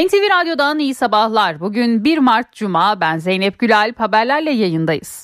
NTV Radyo'dan iyi sabahlar. Bugün 1 Mart Cuma, ben Zeynep Gülalp, haberlerle yayındayız.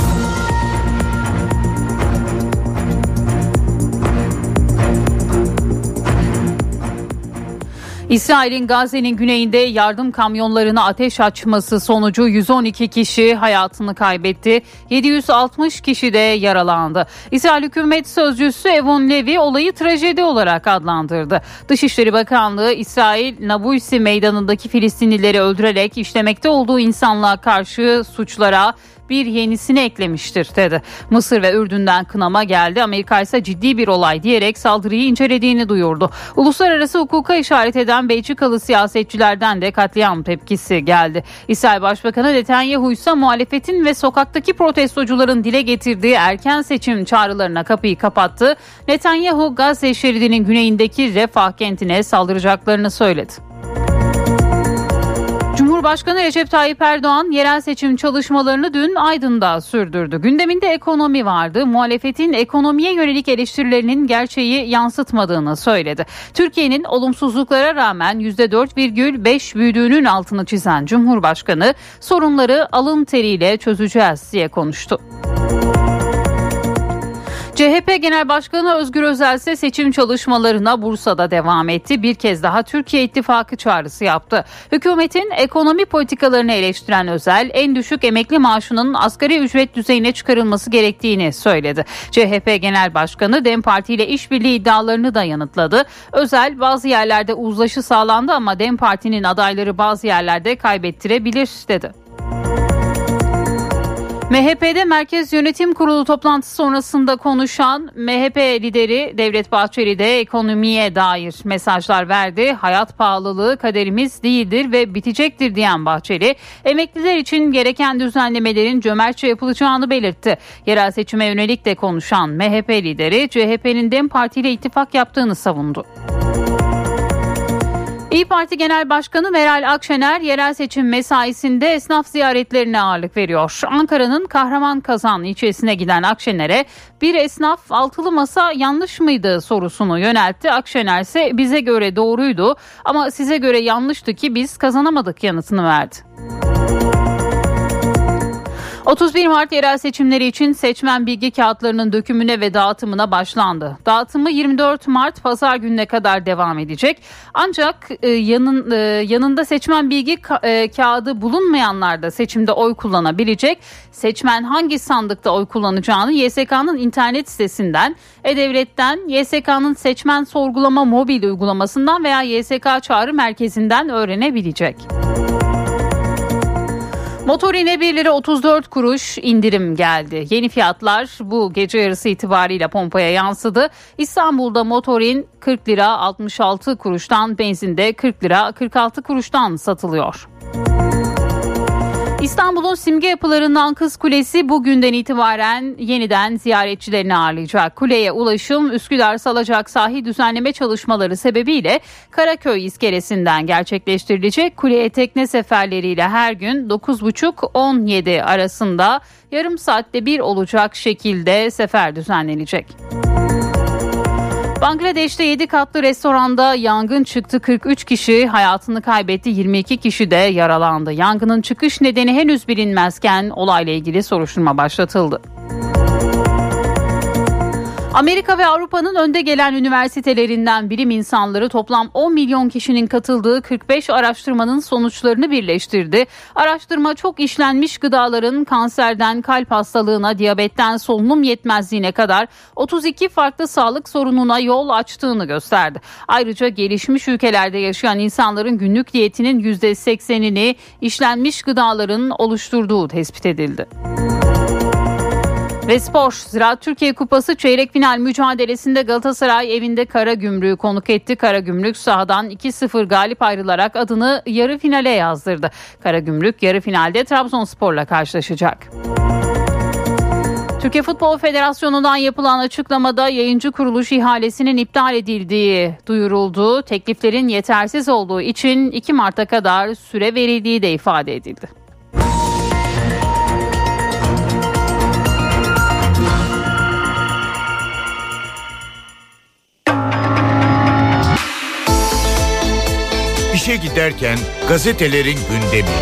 İsrail'in Gazze'nin güneyinde yardım kamyonlarına ateş açması sonucu 112 kişi hayatını kaybetti. 760 kişi de yaralandı. İsrail Hükümet Sözcüsü Evon Levi olayı trajedi olarak adlandırdı. Dışişleri Bakanlığı, İsrail Nabulsi Meydanı'ndaki Filistinlileri öldürerek işlemekte olduğu insanlığa karşı suçlara bir yenisini eklemiştir dedi. Mısır ve Ürdün'den kınama geldi. Amerika ise ciddi bir olay diyerek saldırıyı incelediğini duyurdu. Uluslararası hukuka işaret eden Belçikalı siyasetçilerden de katliam tepkisi geldi. İsrail Başbakanı Netanyahu ise muhalefetin ve sokaktaki protestocuların dile getirdiği erken seçim çağrılarına kapıyı kapattı. Netanyahu, Gazze şeridinin güneyindeki Refah kentine saldıracaklarını söyledi. Cumhurbaşkanı Recep Tayyip Erdoğan yerel seçim çalışmalarını dün Aydın'da sürdürdü. Gündeminde ekonomi vardı. Muhalefetin ekonomiye yönelik eleştirilerinin gerçeği yansıtmadığını söyledi. Türkiye'nin olumsuzluklara rağmen %4,5 büyüdüğünün altını çizen Cumhurbaşkanı sorunları alın teriyle çözeceğiz diye konuştu. CHP Genel Başkanı Özgür Özel ise seçim çalışmalarına Bursa'da devam etti. Bir kez daha Türkiye İttifakı çağrısı yaptı. Hükümetin ekonomi politikalarını eleştiren Özel, en düşük emekli maaşının asgari ücret düzeyine çıkarılması gerektiğini söyledi. CHP Genel Başkanı DEM Parti ile işbirliği iddialarını da yanıtladı. Özel, bazı yerlerde uzlaşı sağlandı ama DEM Parti'nin adayları bazı yerlerde kaybettirebilir dedi. MHP'de Merkez Yönetim Kurulu toplantısı sonrasında konuşan MHP lideri Devlet Bahçeli de ekonomiye dair mesajlar verdi. Hayat pahalılığı kaderimiz değildir ve bitecektir diyen Bahçeli, emekliler için gereken düzenlemelerin cömertçe yapılacağını belirtti. Yerel seçime yönelik de konuşan MHP lideri CHP'nin DEM Parti ile ittifak yaptığını savundu. İYİ Parti Genel Başkanı Meral Akşener yerel seçim mesaisinde esnaf ziyaretlerine ağırlık veriyor. Ankara'nın Kahramanmaraş ilçesine giden Akşener'e bir esnaf altılı masa yanlış mıydı sorusunu yöneltti. Akşener ise bize göre doğruydu ama size göre yanlıştı ki biz kazanamadık yanıtını verdi. 31 Mart yerel seçimleri için seçmen bilgi kağıtlarının dökümüne ve dağıtımına başlandı. Dağıtımı 24 Mart Pazar gününe kadar devam edecek. Ancak yanında seçmen bilgi kağıdı bulunmayanlar da seçimde oy kullanabilecek. Seçmen hangi sandıkta oy kullanacağını YSK'nın internet sitesinden, E-Devlet'ten, YSK'nın seçmen sorgulama mobil uygulamasından veya YSK çağrı merkezinden öğrenebilecek. Motorine 1 lira 34 kuruş indirim geldi. Yeni fiyatlar bu gece yarısı itibariyle pompaya yansıdı. İstanbul'da motorin 40 lira 66 kuruştan, benzinde 40 lira 46 kuruştan satılıyor. İstanbul'un simge yapılarından Kız Kulesi bugünden itibaren yeniden ziyaretçilerini ağırlayacak. Kuleye ulaşım Üsküdar Salacak sahil düzenleme çalışmaları sebebiyle Karaköy iskelesinden gerçekleştirilecek. Kuleye tekne seferleriyle her gün 9.30-17 arasında yarım saatte bir olacak şekilde sefer düzenlenecek. Bangladeş'te 7 katlı restoranda yangın çıktı. 43 kişi hayatını kaybetti. 22 kişi de yaralandı. Yangının çıkış nedeni henüz bilinmezken olayla ilgili soruşturma başlatıldı. Amerika ve Avrupa'nın önde gelen üniversitelerinden bilim insanları toplam 10 milyon kişinin katıldığı 45 araştırmanın sonuçlarını birleştirdi. Araştırma çok işlenmiş gıdaların kanserden kalp hastalığına, diyabetten solunum yetmezliğine kadar 32 farklı sağlık sorununa yol açtığını gösterdi. Ayrıca gelişmiş ülkelerde yaşayan insanların günlük diyetinin %80'ini işlenmiş gıdaların oluşturduğu tespit edildi. Ve spor, Ziraat Türkiye Kupası çeyrek final mücadelesinde Galatasaray evinde Karagümrük'ü konuk etti. Karagümrük sahadan 2-0 galip ayrılarak adını yarı finale yazdırdı. Karagümrük yarı finalde Trabzonspor'la karşılaşacak. Türkiye Futbol Federasyonu'ndan yapılan açıklamada yayıncı kuruluş ihalesinin iptal edildiği duyuruldu. Tekliflerin yetersiz olduğu için 2 Mart'a kadar süre verildiği de ifade edildi. İşe giderken gazetelerin gündemi.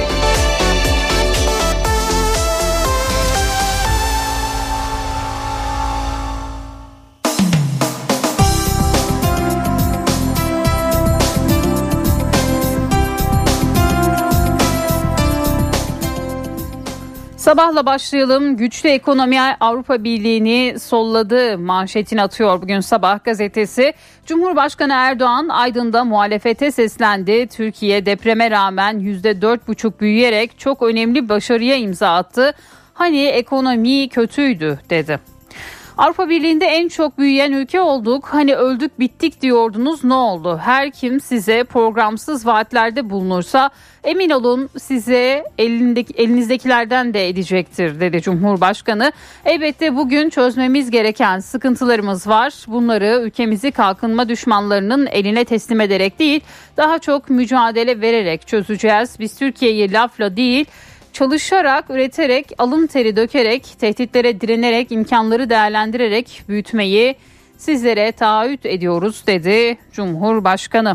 Sabahla başlayalım. Güçlü ekonomi Avrupa Birliği'ni solladı manşetini atıyor bugün Sabah gazetesi. Cumhurbaşkanı Erdoğan Aydın'da muhalefete seslendi. Türkiye depreme rağmen %4,5 büyüyerek çok önemli başarıya imza attı. Hani ekonomi kötüydü dedi. Avrupa Birliği'nde en çok büyüyen ülke olduk. Hani öldük bittik diyordunuz, ne oldu? Her kim size programsız vaatlerde bulunursa emin olun size elinizdekilerden de edecektir dedi Cumhurbaşkanı. Elbette bugün çözmemiz gereken sıkıntılarımız var. Bunları ülkemizi kalkınma düşmanlarının eline teslim ederek değil, daha çok mücadele vererek çözeceğiz. Biz Türkiye'yi lafla değil, çalışarak, üreterek, alın teri dökerek, tehditlere direnerek, imkanları değerlendirerek büyütmeyi sizlere taahhüt ediyoruz dedi Cumhurbaşkanı.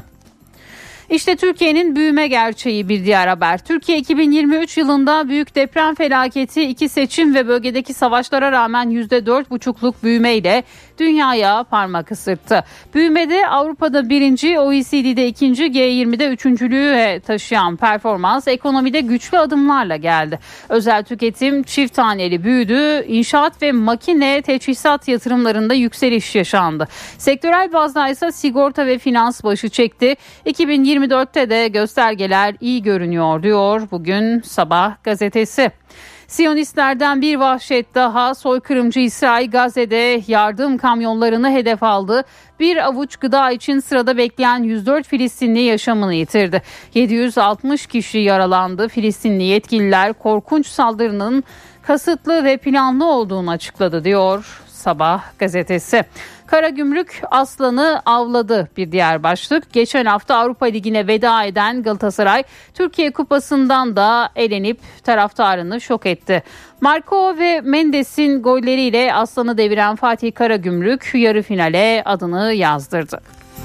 İşte Türkiye'nin büyüme gerçeği bir diğer haber. Türkiye 2023 yılında büyük deprem felaketi, 2 seçim ve bölgedeki savaşlara rağmen %4,5'luk büyümeyle dünyaya parmak ısırttı. Büyümede Avrupa'da 1. OECD'de 2. G20'de 3.'lüğü taşıyan performans ekonomide güçlü adımlarla geldi. Özel tüketim çift taneli büyüdü. İnşaat ve makine teçhizat yatırımlarında yükseliş yaşandı. Sektörel bazda ise sigorta ve finans başı çekti. 2024'te de göstergeler iyi görünüyor diyor bugün Sabah gazetesi. Siyonistlerden bir vahşet daha, soykırımcı İsrail Gazze'de yardım kamyonlarını hedef aldı. Bir avuç gıda için sırada bekleyen 104 Filistinli yaşamını yitirdi. 760 kişi yaralandı. Filistinli yetkililer korkunç saldırının kasıtlı ve planlı olduğunu açıkladı diyor Sabah gazetesi. Karagümrük aslanı avladı bir diğer başlık. Geçen hafta Avrupa Ligi'ne veda eden Galatasaray, Türkiye Kupası'ndan da elenip taraftarını şok etti. Marco ve Mendes'in golleriyle aslanı deviren Fatih Karagümrük yarı finale adını yazdırdı.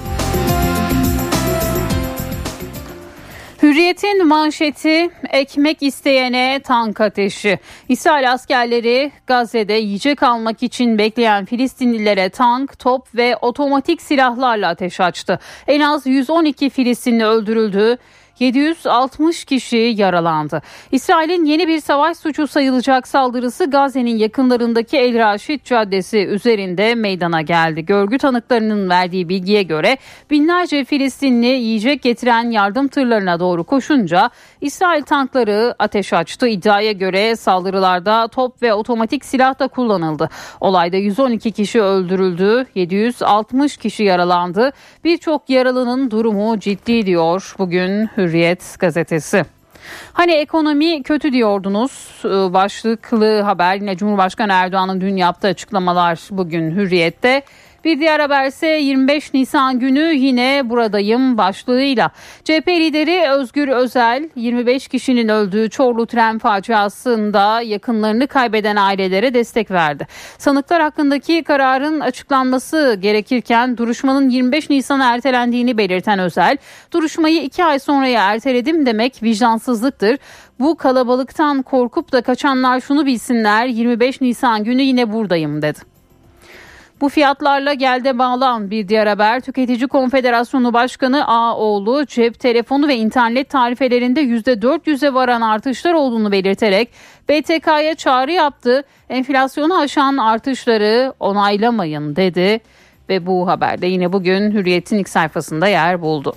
Hürriyet'in manşeti ekmek isteyene tank ateşi. İsrail askerleri Gazze'de yiyecek almak için bekleyen Filistinlilere tank, top ve otomatik silahlarla ateş açtı. En az 112 Filistinli öldürüldü. 760 kişi yaralandı. İsrail'in yeni bir savaş suçu sayılacak saldırısı Gazze'nin yakınlarındaki El Raşid Caddesi üzerinde meydana geldi. Görgü tanıklarının verdiği bilgiye göre binlerce Filistinli yiyecek getiren yardım tırlarına doğru koşunca İsrail tankları ateş açtı. İddiaya göre saldırılarda top ve otomatik silah da kullanıldı. Olayda 112 kişi öldürüldü, 760 kişi yaralandı. Birçok yaralının durumu ciddi diyor bugün Hürriyet gazetesi. Hani ekonomi kötü diyordunuz başlıklı haber, yine Cumhurbaşkanı Erdoğan'ın dün yaptığı açıklamalar bugün Hürriyet'te. Bir diğer haber ise 25 Nisan günü yine buradayım başlığıyla. CHP lideri Özgür Özel 25 kişinin öldüğü Çorlu tren faciasında yakınlarını kaybeden ailelere destek verdi. Sanıklar hakkındaki kararın açıklanması gerekirken duruşmanın 25 Nisan'a ertelendiğini belirten Özel, duruşmayı 2 ay sonraya erteledim demek vicdansızlıktır. Bu kalabalıktan korkup da kaçanlar şunu bilsinler, 25 Nisan günü yine buradayım dedi. Bu fiyatlarla gelde bağlan bir diğer haber. Tüketici Konfederasyonu Başkanı Ağoğlu cep telefonu ve internet tarifelerinde %400'e varan artışlar olduğunu belirterek BTK'ya çağrı yaptı. Enflasyonu aşan artışları onaylamayın dedi ve bu haber de yine bugün Hürriyet'in ilk sayfasında yer buldu.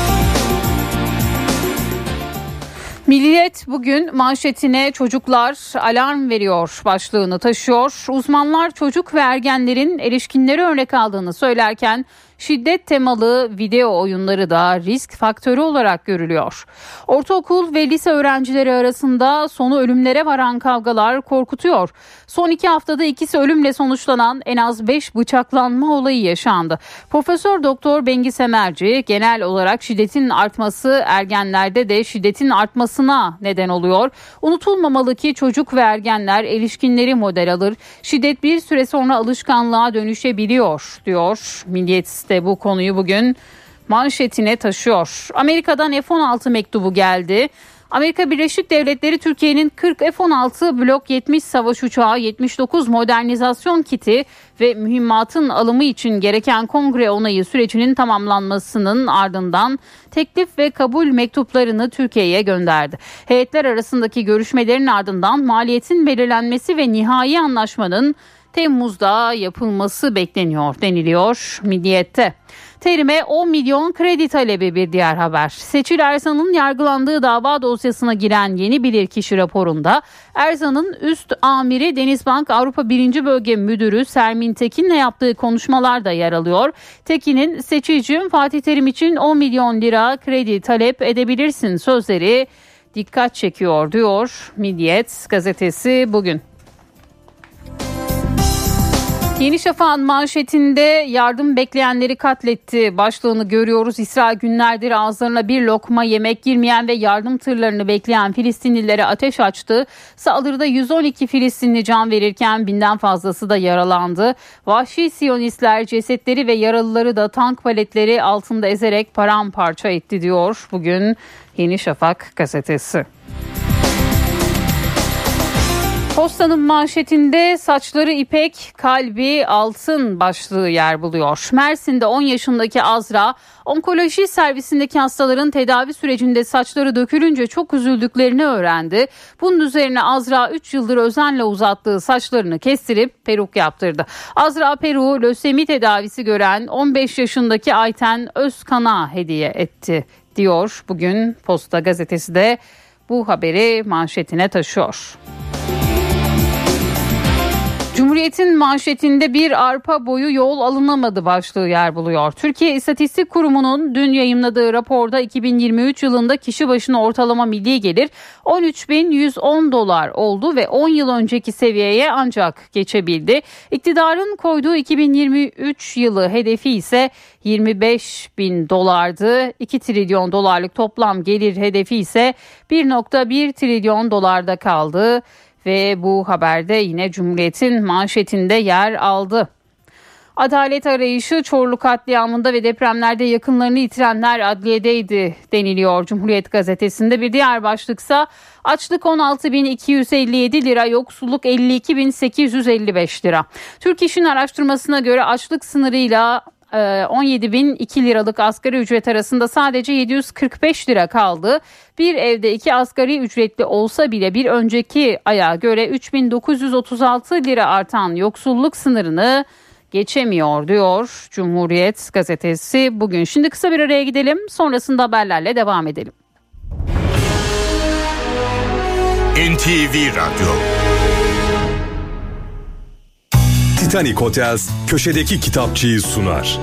Milliyet bugün manşetine çocuklar alarm veriyor başlığını taşıyor. Uzmanlar çocuk ve ergenlerin erişkinleri örnek aldığını söylerken şiddet temalı video oyunları da risk faktörü olarak görülüyor. Ortaokul ve lise öğrencileri arasında sonu ölümlere varan kavgalar korkutuyor. Son 2 haftada ikisi ölümle sonuçlanan en az 5 bıçaklanma olayı yaşandı. Profesör Doktor Bengi Semerci genel olarak şiddetin artması ergenlerde de şiddetin artmasına neden oluyor. Unutulmamalı ki çocuk ve ergenler erişkinleri model alır. Şiddet bir süre sonra alışkanlığa dönüşebiliyor diyor Milliyet de bu konuyu bugün manşetine taşıyor. Amerika'dan F-16 mektubu geldi. Amerika Birleşik Devletleri Türkiye'nin 40 F-16 Blok 70 savaş uçağı, 79 modernizasyon kiti ve mühimmatın alımı için gereken kongre onayı sürecinin tamamlanmasının ardından teklif ve kabul mektuplarını Türkiye'ye gönderdi. Heyetler arasındaki görüşmelerin ardından maliyetin belirlenmesi ve nihai anlaşmanın Temmuz'da yapılması bekleniyor deniliyor Milliyet'te. Terim'e 10 milyon kredi talebi bir diğer haber. Seçil Erzan'ın yargılandığı dava dosyasına giren yeni bilirkişi raporunda Erzan'ın üst amiri Denizbank Avrupa 1. Bölge Müdürü Sermin Tekin'le yaptığı konuşmalar da yer alıyor. Tekin'in "Seçil'cim Fatih Terim için 10 milyon lira kredi talep edebilirsin" sözleri dikkat çekiyor diyor Milliyet gazetesi bugün. Yeni Şafak'ın manşetinde yardım bekleyenleri katletti başlığını görüyoruz. İsrail günlerdir ağızlarına bir lokma yemek girmeyen ve yardım tırlarını bekleyen Filistinlilere ateş açtı. Saldırıda 112 Filistinli can verirken 1000'den fazlası da yaralandı. Vahşi Siyonistler cesetleri ve yaralıları da tank paletleri altında ezerek paramparça etti diyor bugün Yeni Şafak gazetesi. Posta'nın manşetinde saçları ipek, kalbi altın başlığı yer buluyor. Mersin'de 10 yaşındaki Azra, onkoloji servisindeki hastaların tedavi sürecinde saçları dökülünce çok üzüldüklerini öğrendi. Bunun üzerine Azra 3 yıldır özenle uzattığı saçlarını kestirip peruk yaptırdı. Azra peruğu lösemi tedavisi gören 15 yaşındaki Ayten Özkan'a hediye etti diyor. Bugün Posta gazetesi de bu haberi manşetine taşıyor. Cumhuriyet'in manşetinde bir arpa boyu yol alınamadı başlığı yer buluyor. Türkiye İstatistik Kurumu'nun dün yayımladığı raporda 2023 yılında kişi başına ortalama milli gelir 13.110 dolar oldu ve 10 yıl önceki seviyeye ancak geçebildi. İktidarın koyduğu 2023 yılı hedefi ise 25.000 dolardı. 2 trilyon dolarlık toplam gelir hedefi ise 1.1 trilyon dolarda kaldı. Ve bu haberde yine Cumhuriyet'in manşetinde yer aldı. Adalet arayışı Çorlu katliamında ve depremlerde yakınlarını yitirenler adliyedeydi deniliyor Cumhuriyet gazetesinde. Bir diğer başlıksa açlık 16.257 lira, yoksulluk 52.855 lira. Türk İş'in araştırmasına göre açlık sınırıyla 17.002 liralık asgari ücret arasında sadece 745 lira kaldı. Bir evde 2 asgari ücretli olsa bile bir önceki aya göre 3.936 lira artan yoksulluk sınırını geçemiyor diyor Cumhuriyet gazetesi bugün. Şimdi kısa bir araya gidelim, sonrasında haberlerle devam edelim. NTV Radyo. Titanic Hotels köşedeki kitapçıyı sunar.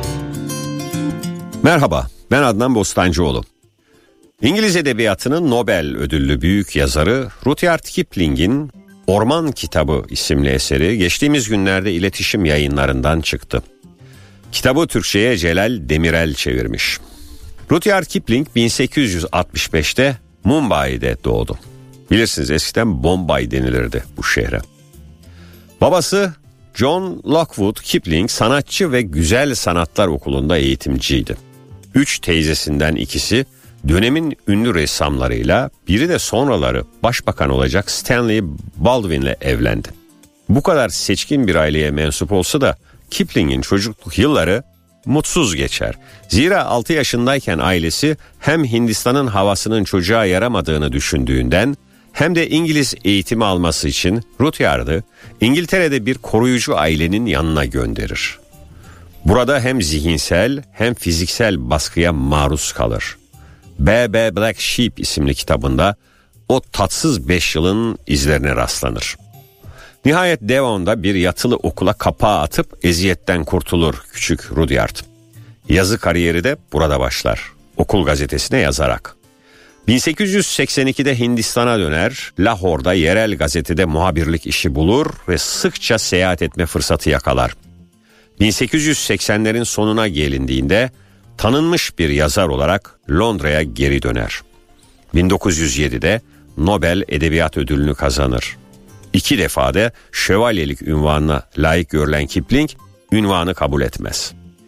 Merhaba, ben Adnan Bostancıoğlu. İngiliz Edebiyatı'nın Nobel ödüllü büyük yazarı Rudyard Kipling'in Orman Kitabı isimli eseri geçtiğimiz günlerde iletişim yayınlarından çıktı. Kitabı Türkçe'ye Celal Demirel çevirmiş. Rudyard Kipling 1865'te Mumbai'de doğdu. Bilirsiniz eskiden Bombay denilirdi bu şehre. Babası John Lockwood Kipling sanatçı ve güzel sanatlar okulunda eğitimciydi. 3 teyzesinden ikisi dönemin ünlü ressamlarıyla, biri de sonraları başbakan olacak Stanley Baldwin'le evlendi. Bu kadar seçkin bir aileye mensup olsa da Kipling'in çocukluk yılları mutsuz geçer. Zira 6 yaşındayken ailesi hem Hindistan'ın havasının çocuğa yaramadığını düşündüğünden hem de İngiliz eğitimi alması için Rudyard'ı İngiltere'de bir koruyucu ailenin yanına gönderir. Burada hem zihinsel hem fiziksel baskıya maruz kalır. B.B. Black Sheep isimli kitabında o tatsız 5 yılın izlerine rastlanır. Nihayet Devon'da bir yatılı okula kapağı atıp eziyetten kurtulur küçük Rudyard. Yazı kariyeri de burada başlar. Okul gazetesine yazarak. 1882'de Hindistan'a döner, Lahor'da yerel gazetede muhabirlik işi bulur ve sıkça seyahat etme fırsatı yakalar. 1880'lerin sonuna gelindiğinde tanınmış bir yazar olarak Londra'ya geri döner. 1907'de Nobel Edebiyat Ödülünü kazanır. 2 defa da şövalyelik unvanına layık görülen Kipling ünvanı kabul etmez.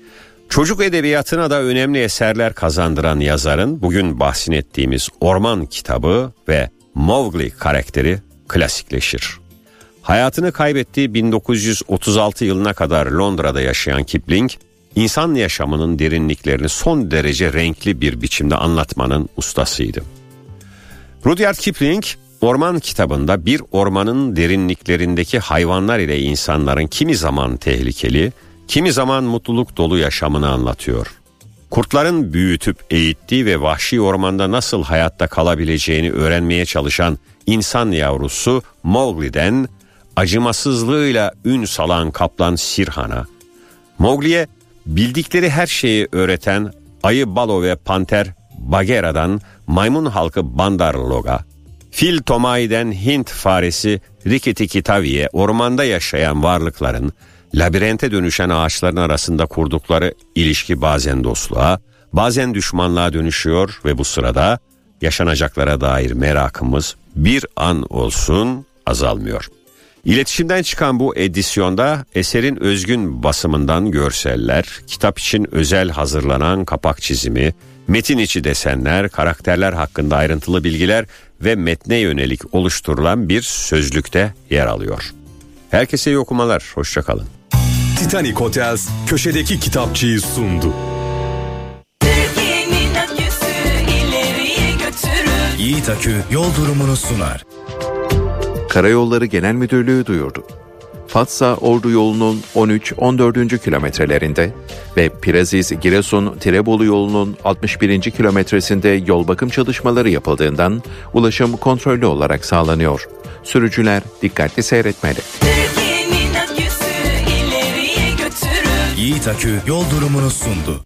Çocuk edebiyatına da önemli eserler kazandıran yazarın bugün bahsini ettiğimiz Orman kitabı ve Mowgli karakteri klasikleşir. Hayatını kaybettiği 1936 yılına kadar Londra'da yaşayan Kipling, insan yaşamının derinliklerini son derece renkli bir biçimde anlatmanın ustasıydı. Rudyard Kipling, Orman kitabında bir ormanın derinliklerindeki hayvanlar ile insanların kimi zaman tehlikeli, kimi zaman mutluluk dolu yaşamını anlatıyor. Kurtların büyütüp eğittiği ve vahşi ormanda nasıl hayatta kalabileceğini öğrenmeye çalışan insan yavrusu Mowgli'den acımasızlığıyla ün salan kaplan Sirhan'a, Mowgli'ye bildikleri her şeyi öğreten ayı Balo ve panter Bagheera'dan maymun halkı Bandarlog'a, fil Tomai'den Hint faresi Rikki-Tikki-Tavi'ye ormanda yaşayan varlıkların labirente dönüşen ağaçların arasında kurdukları ilişki bazen dostluğa, bazen düşmanlığa dönüşüyor ve bu sırada yaşanacaklara dair merakımız bir an olsun azalmıyor. İletişimden çıkan bu edisyonda eserin özgün basımından görseller, kitap için özel hazırlanan kapak çizimi, metin içi desenler, karakterler hakkında ayrıntılı bilgiler ve metne yönelik oluşturulan bir sözlükte yer alıyor. Herkese iyi okumalar, hoşça kalın. Titanic Hotels köşedeki kitapçıyı sundu. Türkiye'nin aküsü ileriye götürür. Yiğit Akü yol durumunu sunar. Karayolları Genel Müdürlüğü duyurdu. Fatsa Ordu yolunun 13-14. kilometrelerinde ve Piraziz-Giresun-Tirebolu yolunun 61. kilometresinde yol bakım çalışmaları yapıldığından ulaşım kontrollü olarak sağlanıyor. Sürücüler dikkatli seyretmeli. Türkiye'nin aküsü ileriye götürür. Yiğit Akü yol durumunu sundu.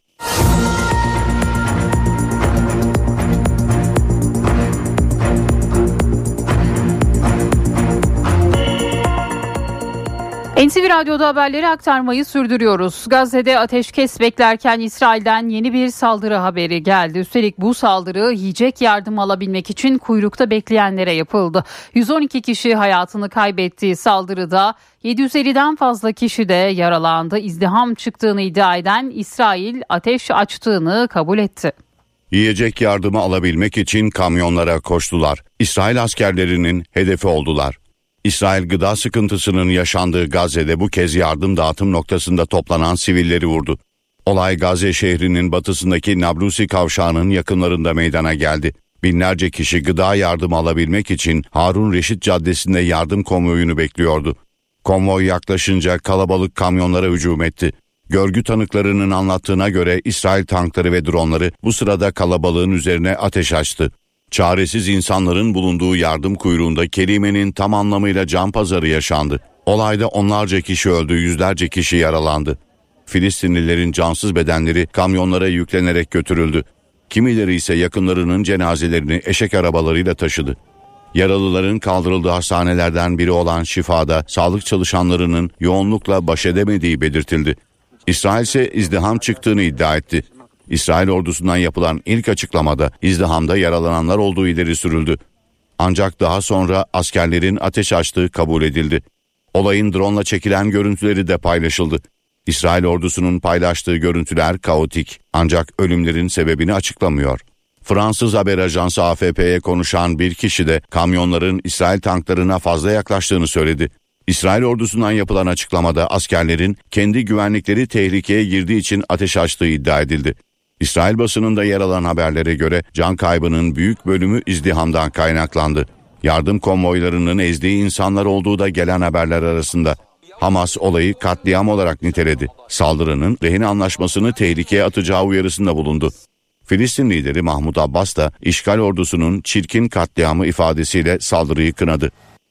NTV Radyo'da haberleri aktarmayı sürdürüyoruz. Gazze'de ateşkes beklerken İsrail'den yeni bir saldırı haberi geldi. Üstelik bu saldırı yiyecek yardım alabilmek için kuyrukta bekleyenlere yapıldı. 112 kişi hayatını kaybettiği saldırıda 750'den fazla kişi de yaralandı. İzdiham çıktığını iddia eden İsrail ateş açtığını kabul etti. Yiyecek yardımı alabilmek için kamyonlara koştular. İsrail askerlerinin hedefi oldular. İsrail gıda sıkıntısının yaşandığı Gazze'de bu kez yardım dağıtım noktasında toplanan sivilleri vurdu. Olay Gazze şehrinin batısındaki Nablusi kavşağının yakınlarında meydana geldi. Binlerce kişi gıda yardımı alabilmek için Harun Reşit Caddesi'nde yardım konvoyunu bekliyordu. Konvoy yaklaşınca kalabalık kamyonlara hücum etti. Görgü tanıklarının anlattığına göre İsrail tankları ve dronları bu sırada kalabalığın üzerine ateş açtı. Çaresiz insanların bulunduğu yardım kuyruğunda kelimenin tam anlamıyla can pazarı yaşandı. Olayda onlarca kişi öldü, yüzlerce kişi yaralandı. Filistinlilerin cansız bedenleri kamyonlara yüklenerek götürüldü. Kimileri ise yakınlarının cenazelerini eşek arabalarıyla taşıdı. Yaralıların kaldırıldığı hastanelerden biri olan Şifa'da sağlık çalışanlarının yoğunlukla baş edemediği belirtildi. İsrail ise izdiham çıktığını iddia etti. İsrail ordusundan yapılan ilk açıklamada izdihamda yaralananlar olduğu ileri sürüldü. Ancak daha sonra askerlerin ateş açtığı kabul edildi. Olayın drone'la çekilen görüntüleri de paylaşıldı. İsrail ordusunun paylaştığı görüntüler kaotik ancak ölümlerin sebebini açıklamıyor. Fransız haber ajansı AFP'ye konuşan bir kişi de kamyonların İsrail tanklarına fazla yaklaştığını söyledi. İsrail ordusundan yapılan açıklamada askerlerin kendi güvenlikleri tehlikeye girdiği için ateş açtığı iddia edildi. İsrail basınında yer alan haberlere göre can kaybının büyük bölümü izdihamdan kaynaklandı. Yardım konvoylarının ezdiği insanlar olduğu da gelen haberler arasında. Hamas olayı katliam olarak niteledi. Saldırının rehin anlaşmasını tehlikeye atacağı uyarısında bulundu. Filistin lideri Mahmut Abbas da işgal ordusunun çirkin katliamı ifadesiyle saldırıyı kınadı.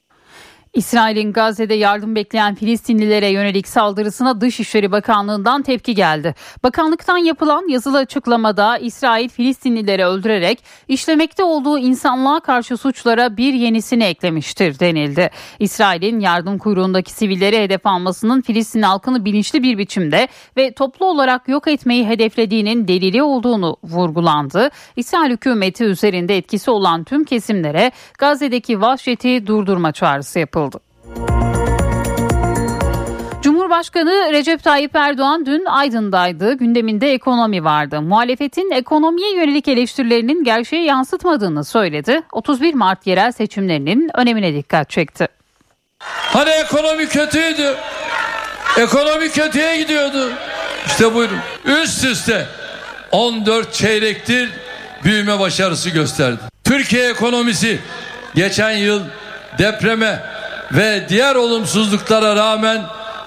İsrail'in Gazze'de yardım bekleyen Filistinlilere yönelik saldırısına Dışişleri Bakanlığı'ndan tepki geldi. Bakanlıktan yapılan yazılı açıklamada İsrail Filistinlileri öldürerek işlemekte olduğu insanlığa karşı suçlara bir yenisini eklemiştir denildi. İsrail'in yardım kuyruğundaki sivilleri hedef almasının Filistin halkını bilinçli bir biçimde ve toplu olarak yok etmeyi hedeflediğinin delili olduğunu vurgulandı. İsrail hükümeti üzerinde etkisi olan tüm kesimlere Gazze'deki vahşeti durdurma çağrısı yapıldı. Cumhurbaşkanı Recep Tayyip Erdoğan dün Aydın'daydı. Gündeminde ekonomi vardı. Muhalefetin ekonomiye yönelik eleştirilerinin gerçeği yansıtmadığını söyledi. 31 Mart yerel seçimlerinin önemine dikkat çekti. Hani ekonomi kötüydü. Ekonomi kötüye gidiyordu. İşte buyurun. Üst üste 14 çeyrektir büyüme başarısı gösterdi. Türkiye ekonomisi geçen yıl depreme ve diğer olumsuzluklara rağmen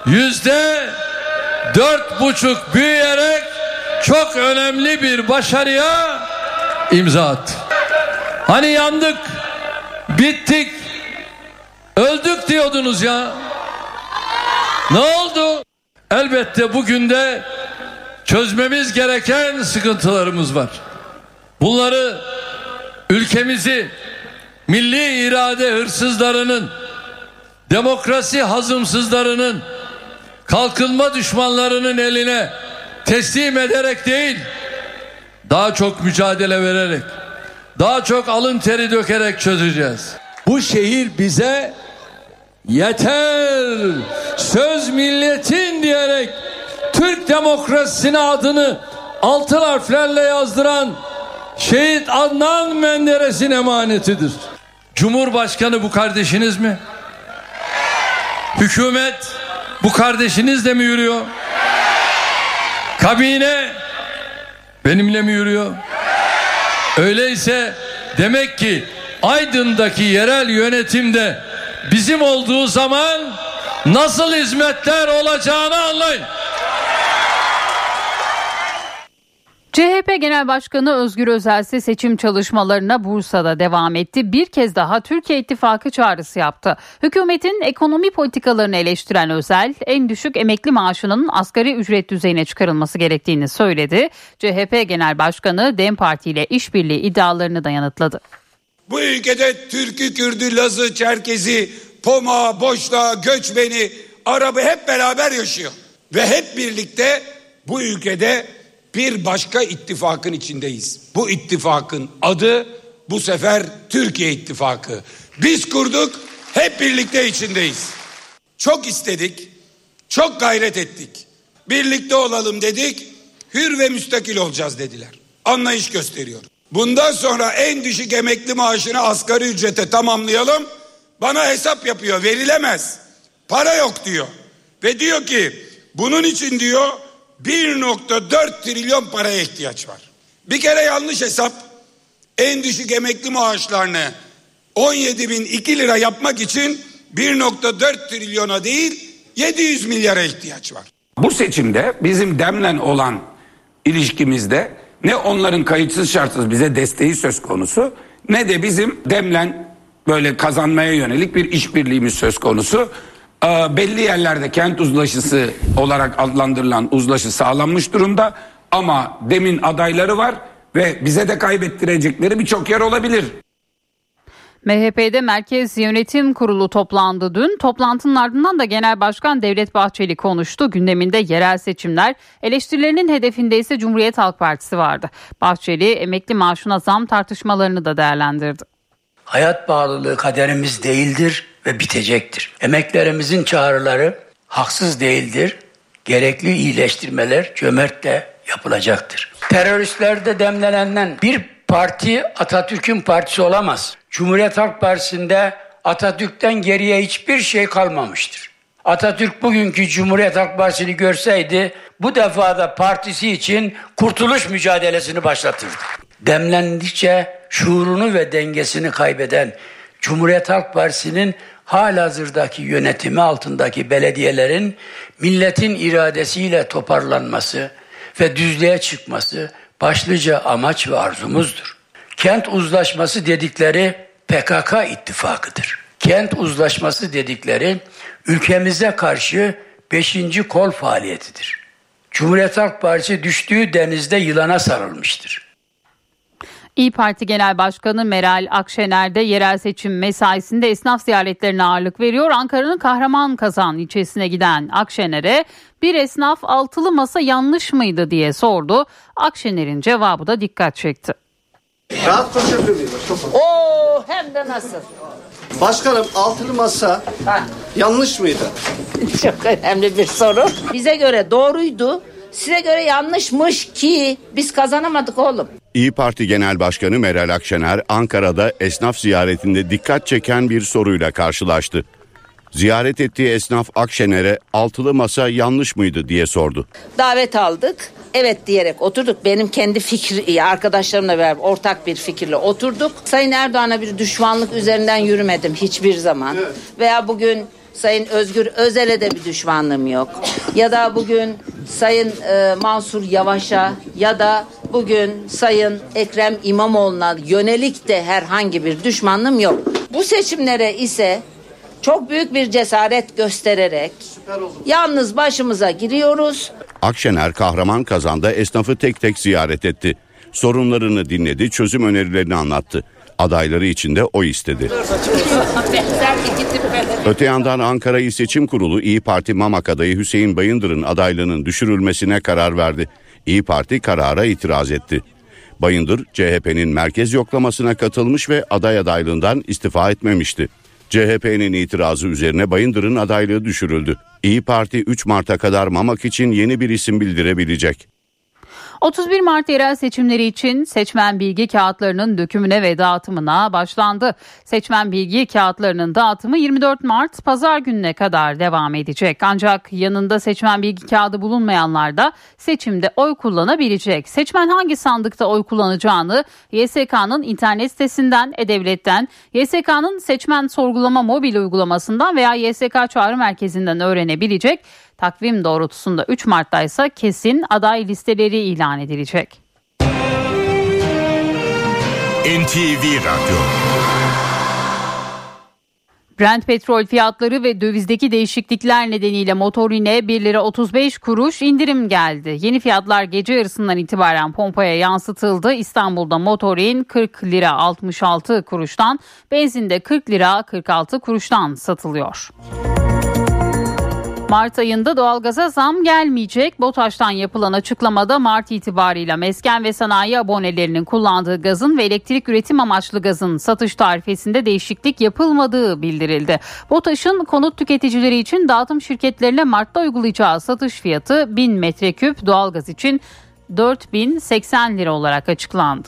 %4,5 büyüyerek çok önemli bir başarıya imza attı. Hani yandık, bittik, öldük diyordunuz ya. Ne oldu? Elbette bugün de çözmemiz gereken sıkıntılarımız var. Bunları ülkemizi milli irade hırsızlarının, demokrasi hazımsızlarının, kalkınma düşmanlarının eline teslim ederek değil, daha çok mücadele vererek, daha çok alın teri dökerek çözeceğiz. Bu şehir bize yeter, söz milletin diyerek Türk demokrasisine adını altın harflerle yazdıran Şehit Adnan Menderes'in emanetidir. Cumhurbaşkanı bu kardeşiniz mi? Hükümet bu kardeşinizle mi yürüyor? Kabine benimle mi yürüyor? Öyleyse demek ki Aydın'daki yerel yönetimde bizim olduğu zaman nasıl hizmetler olacağını anlayın. CHP Genel Başkanı Özgür Özel ise seçim çalışmalarına Bursa'da devam etti. Bir kez daha Türkiye İttifakı çağrısı yaptı. Hükümetin ekonomi politikalarını eleştiren Özel, en düşük emekli maaşının asgari ücret düzeyine çıkarılması gerektiğini söyledi. CHP Genel Başkanı DEM Parti ile işbirliği iddialarını da yanıtladı. Bu ülkede Türk'ü, Kürd'ü, Laz'ı, Çerkez'i, Poma, Boşna, Göçmeni, Arap'ı hep beraber yaşıyor. Ve hep birlikte bu ülkede bir başka ittifakın içindeyiz. Bu ittifakın adı bu sefer Türkiye İttifakı. Biz kurduk, hep birlikte içindeyiz. Çok istedik, çok gayret ettik. Birlikte olalım dedik, hür ve müstakil olacağız dediler. Anlayış gösteriyor. Bundan sonra en düşük emekli maaşını asgari ücrete tamamlayalım. Bana hesap yapıyor, verilemez. Para yok diyor. Ve diyor ki bunun için diyor 1,4 trilyon paraya ihtiyaç var. Bir kere yanlış hesap. En düşük emekli maaşlarını 17.002 lira yapmak için 1,4 trilyona değil 700 milyara ihtiyaç var. Bu seçimde bizim DEM'le olan ilişkimizde ne onların kayıtsız şartsız bize desteği söz konusu ne de bizim DEM'le böyle kazanmaya yönelik bir işbirliğimiz söz konusu. Belli yerlerde kent uzlaşısı olarak adlandırılan uzlaşı sağlanmış durumda ama DEM'in adayları var ve bize de kaybettirecekleri birçok yer olabilir. MHP'de Merkez Yönetim Kurulu toplandı dün. Toplantının ardından da Genel Başkan Devlet Bahçeli konuştu. Gündeminde yerel seçimler, eleştirilerinin hedefinde ise Cumhuriyet Halk Partisi vardı. Bahçeli emekli maaşına zam tartışmalarını da değerlendirdi. Hayat pahalılığı kaderimiz değildir ve bitecektir. Emeklerimizin çağrıları haksız değildir. Gerekli iyileştirmeler cömertle yapılacaktır. Teröristlerde demlenenden bir parti Atatürk'ün partisi olamaz. Cumhuriyet Halk Partisi'nde Atatürk'ten geriye hiçbir şey kalmamıştır. Atatürk bugünkü Cumhuriyet Halk Partisi'ni görseydi bu defa da partisi için kurtuluş mücadelesini başlatırdı. Demlendikçe şuurunu ve dengesini kaybeden Cumhuriyet Halk Partisi'nin halihazırdaki yönetimi altındaki belediyelerin milletin iradesiyle toparlanması ve düzlüğe çıkması başlıca amaç ve arzumuzdur. Kent uzlaşması dedikleri PKK ittifakıdır. Kent uzlaşması dedikleri ülkemize karşı 5. kol faaliyetidir. Cumhuriyet Halk Partisi düştüğü denizde yılana sarılmıştır. İYİ Parti Genel Başkanı Meral Akşener de yerel seçim mesaisinde esnaf ziyaretlerine ağırlık veriyor. Ankara'nın Kahramanmaraş ilçesine giden Akşener'e bir esnaf altılı masa yanlış mıydı diye sordu. Akşener'in cevabı da dikkat çekti. Rahat konuşabilir miyim? Oo, hem de nasıl? Başkanım, altılı masa yanlış mıydı? Çok önemli bir soru. Bize göre doğruydu. Size göre yanlışmış ki biz kazanamadık oğlum. İYİ Parti Genel Başkanı Meral Akşener Ankara'da esnaf ziyaretinde dikkat çeken bir soruyla karşılaştı. Ziyaret ettiği esnaf Akşener'e altılı masa yanlış mıydı diye sordu. Davet aldık. Evet diyerek oturduk. Benim kendi arkadaşlarımla beraber ortak bir fikirle oturduk. Sayın Erdoğan'a bir düşmanlık üzerinden yürümedim hiçbir zaman. Evet. Veya bugün Sayın Özgür Özel'e de bir düşmanlığım yok. Ya da bugün Sayın Mansur Yavaş'a ya da bugün Sayın Ekrem İmamoğlu'na yönelik de herhangi bir düşmanlığım yok. Bu seçimlere ise çok büyük bir cesaret göstererek yalnız başımıza giriyoruz. Akşener Kahramanmaraş'ta esnafı tek tek ziyaret etti. Sorunlarını dinledi, çözüm önerilerini anlattı. Adayları için de o istedi. Öte yandan Ankara İl Seçim Kurulu İYİ Parti Mamak adayı Hüseyin Bayındır'ın adaylığının düşürülmesine karar verdi. İYİ Parti karara itiraz etti. Bayındır, CHP'nin merkez yoklamasına katılmış ve aday adaylığından istifa etmemişti. CHP'nin itirazı üzerine Bayındır'ın adaylığı düşürüldü. İYİ Parti 3 Mart'a kadar Mamak için yeni bir isim bildirebilecek. 31 Mart yerel seçimleri için seçmen bilgi kağıtlarının dökümüne ve dağıtımına başlandı. Seçmen bilgi kağıtlarının dağıtımı 24 Mart Pazar gününe kadar devam edecek. Ancak yanında seçmen bilgi kağıdı bulunmayanlar da seçimde oy kullanabilecek. Seçmen hangi sandıkta oy kullanacağını YSK'nın internet sitesinden, E-Devlet'ten, YSK'nın seçmen sorgulama mobil uygulamasından veya YSK çağrı merkezinden öğrenebilecek. Takvim doğrultusunda 3 Mart'ta ise kesin aday listeleri ilan edilecek. NTV Radyo. Brent petrol fiyatları ve dövizdeki değişiklikler nedeniyle motorine 1 lira 35 kuruş indirim geldi. Yeni fiyatlar gece yarısından itibaren pompaya yansıtıldı. İstanbul'da motorin 40 lira 66 kuruştan, benzinde 40 lira 46 kuruştan satılıyor. Mart ayında doğalgaza zam gelmeyecek. BOTAŞ'tan yapılan açıklamada Mart itibarıyla mesken ve sanayi abonelerinin kullandığı gazın ve elektrik üretim amaçlı gazın satış tarifesinde değişiklik yapılmadığı bildirildi. BOTAŞ'ın konut tüketicileri için dağıtım şirketlerine Mart'ta uygulayacağı satış fiyatı 1000 metreküp doğalgaz için 4080 lira olarak açıklandı.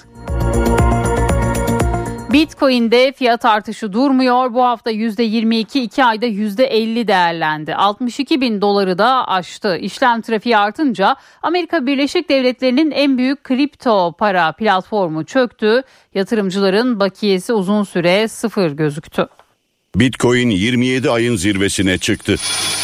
Bitcoin'de fiyat artışı durmuyor. Bu hafta %22, 2 ayda %50 değerlendi. 62 bin doları da aştı. İşlem trafiği artınca Amerika Birleşik Devletleri'nin en büyük kripto para platformu çöktü. Yatırımcıların bakiyesi uzun süre sıfır gözüktü. Bitcoin 27 ayın zirvesine çıktı.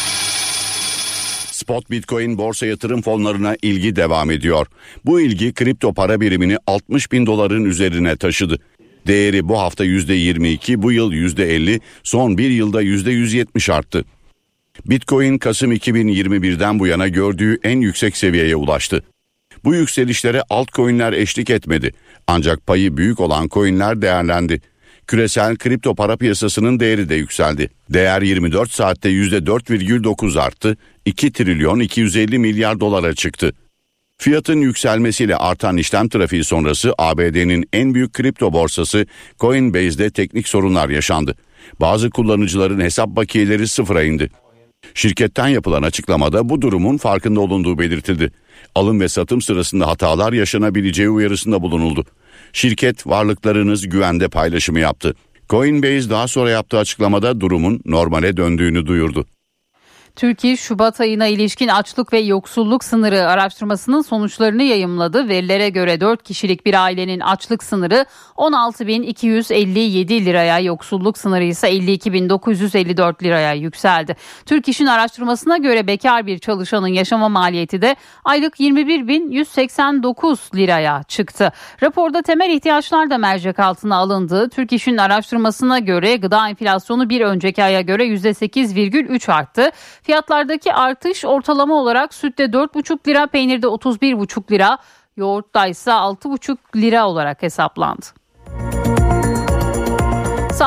Spot Bitcoin borsa yatırım fonlarına ilgi devam ediyor. Bu ilgi kripto para birimini 60 bin doların üzerine taşıdı. Değeri bu hafta %22, bu yıl %50, son bir yılda %170 arttı. Bitcoin Kasım 2021'den bu yana gördüğü en yüksek seviyeye ulaştı. Bu yükselişlere altcoin'ler eşlik etmedi. Ancak payı büyük olan coin'ler değerlendi. Küresel kripto para piyasasının değeri de yükseldi. Değer 24 saatte %4,9 arttı, 2 trilyon 250 milyar dolara çıktı. Fiyatın yükselmesiyle artan işlem trafiği sonrası ABD'nin en büyük kripto borsası Coinbase'de teknik sorunlar yaşandı. Bazı kullanıcıların hesap bakiyeleri sıfıra indi. Şirketten yapılan açıklamada bu durumun farkında olunduğu belirtildi. Alım ve satım sırasında hatalar yaşanabileceği uyarısında bulunuldu. Şirket varlıklarınız güvende paylaşımı yaptı. Coinbase daha sonra yaptığı açıklamada durumun normale döndüğünü duyurdu. Türkiye, Şubat ayına ilişkin açlık ve yoksulluk sınırı araştırmasının sonuçlarını yayımladı. Verilere göre 4 kişilik bir ailenin açlık sınırı 16.257 liraya, yoksulluk sınırı ise 52.954 liraya yükseldi. Türk İş'in araştırmasına göre bekar bir çalışanın yaşama maliyeti de aylık 21.189 liraya çıktı. Raporda temel ihtiyaçlar da mercek altına alındı. Türk İş'in araştırmasına göre gıda enflasyonu bir önceki aya göre %8,3 arttı. Fiyatlardaki artış ortalama olarak sütte 4,5 lira, peynirde 31,5 lira, yoğurtta ise 6,5 lira olarak hesaplandı.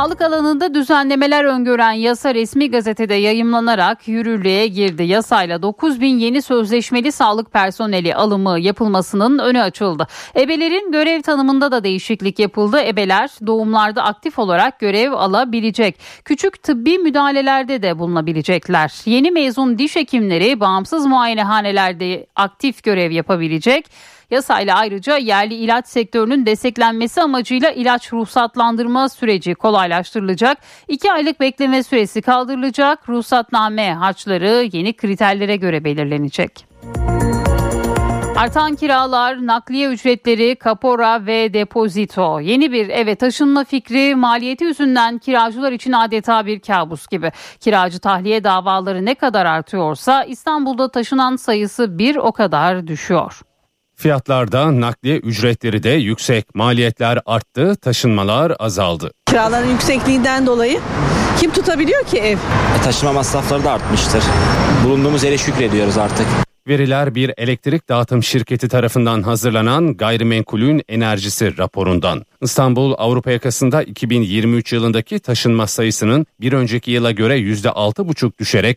Sağlık alanında düzenlemeler öngören yasa resmi gazetede yayımlanarak yürürlüğe girdi. Yasayla 9.000 yeni sözleşmeli sağlık personeli alımı yapılmasının önü açıldı. Ebelerin görev tanımında da değişiklik yapıldı. Ebeler doğumlarda aktif olarak görev alabilecek. Küçük tıbbi müdahalelerde de bulunabilecekler. Yeni mezun diş hekimleri bağımsız muayenehanelerde aktif görev yapabilecek. Yasayla ayrıca yerli ilaç sektörünün desteklenmesi amacıyla ilaç ruhsatlandırma süreci kolaylaştırılacak. 2 aylık bekleme süresi kaldırılacak. Ruhsatname harçları yeni kriterlere göre belirlenecek. Artan kiralar, nakliye ücretleri, kapora ve depozito. Yeni bir eve taşınma fikri maliyeti yüzünden kiracılar için adeta bir kabus gibi. Kiracı tahliye davaları ne kadar artıyorsa İstanbul'da taşınan sayısı bir o kadar düşüyor. Fiyatlarda nakliye ücretleri de yüksek. Maliyetler arttı, taşınmalar azaldı. Kiraların yüksekliğinden dolayı kim tutabiliyor ki ev? Taşıma masrafları da artmıştır. Bulunduğumuz yere şükrediyoruz artık. Veriler bir elektrik dağıtım şirketi tarafından hazırlanan gayrimenkulün enerjisi raporundan. İstanbul Avrupa yakasında 2023 yılındaki taşınma sayısının bir önceki yıla göre %6,5 düşerek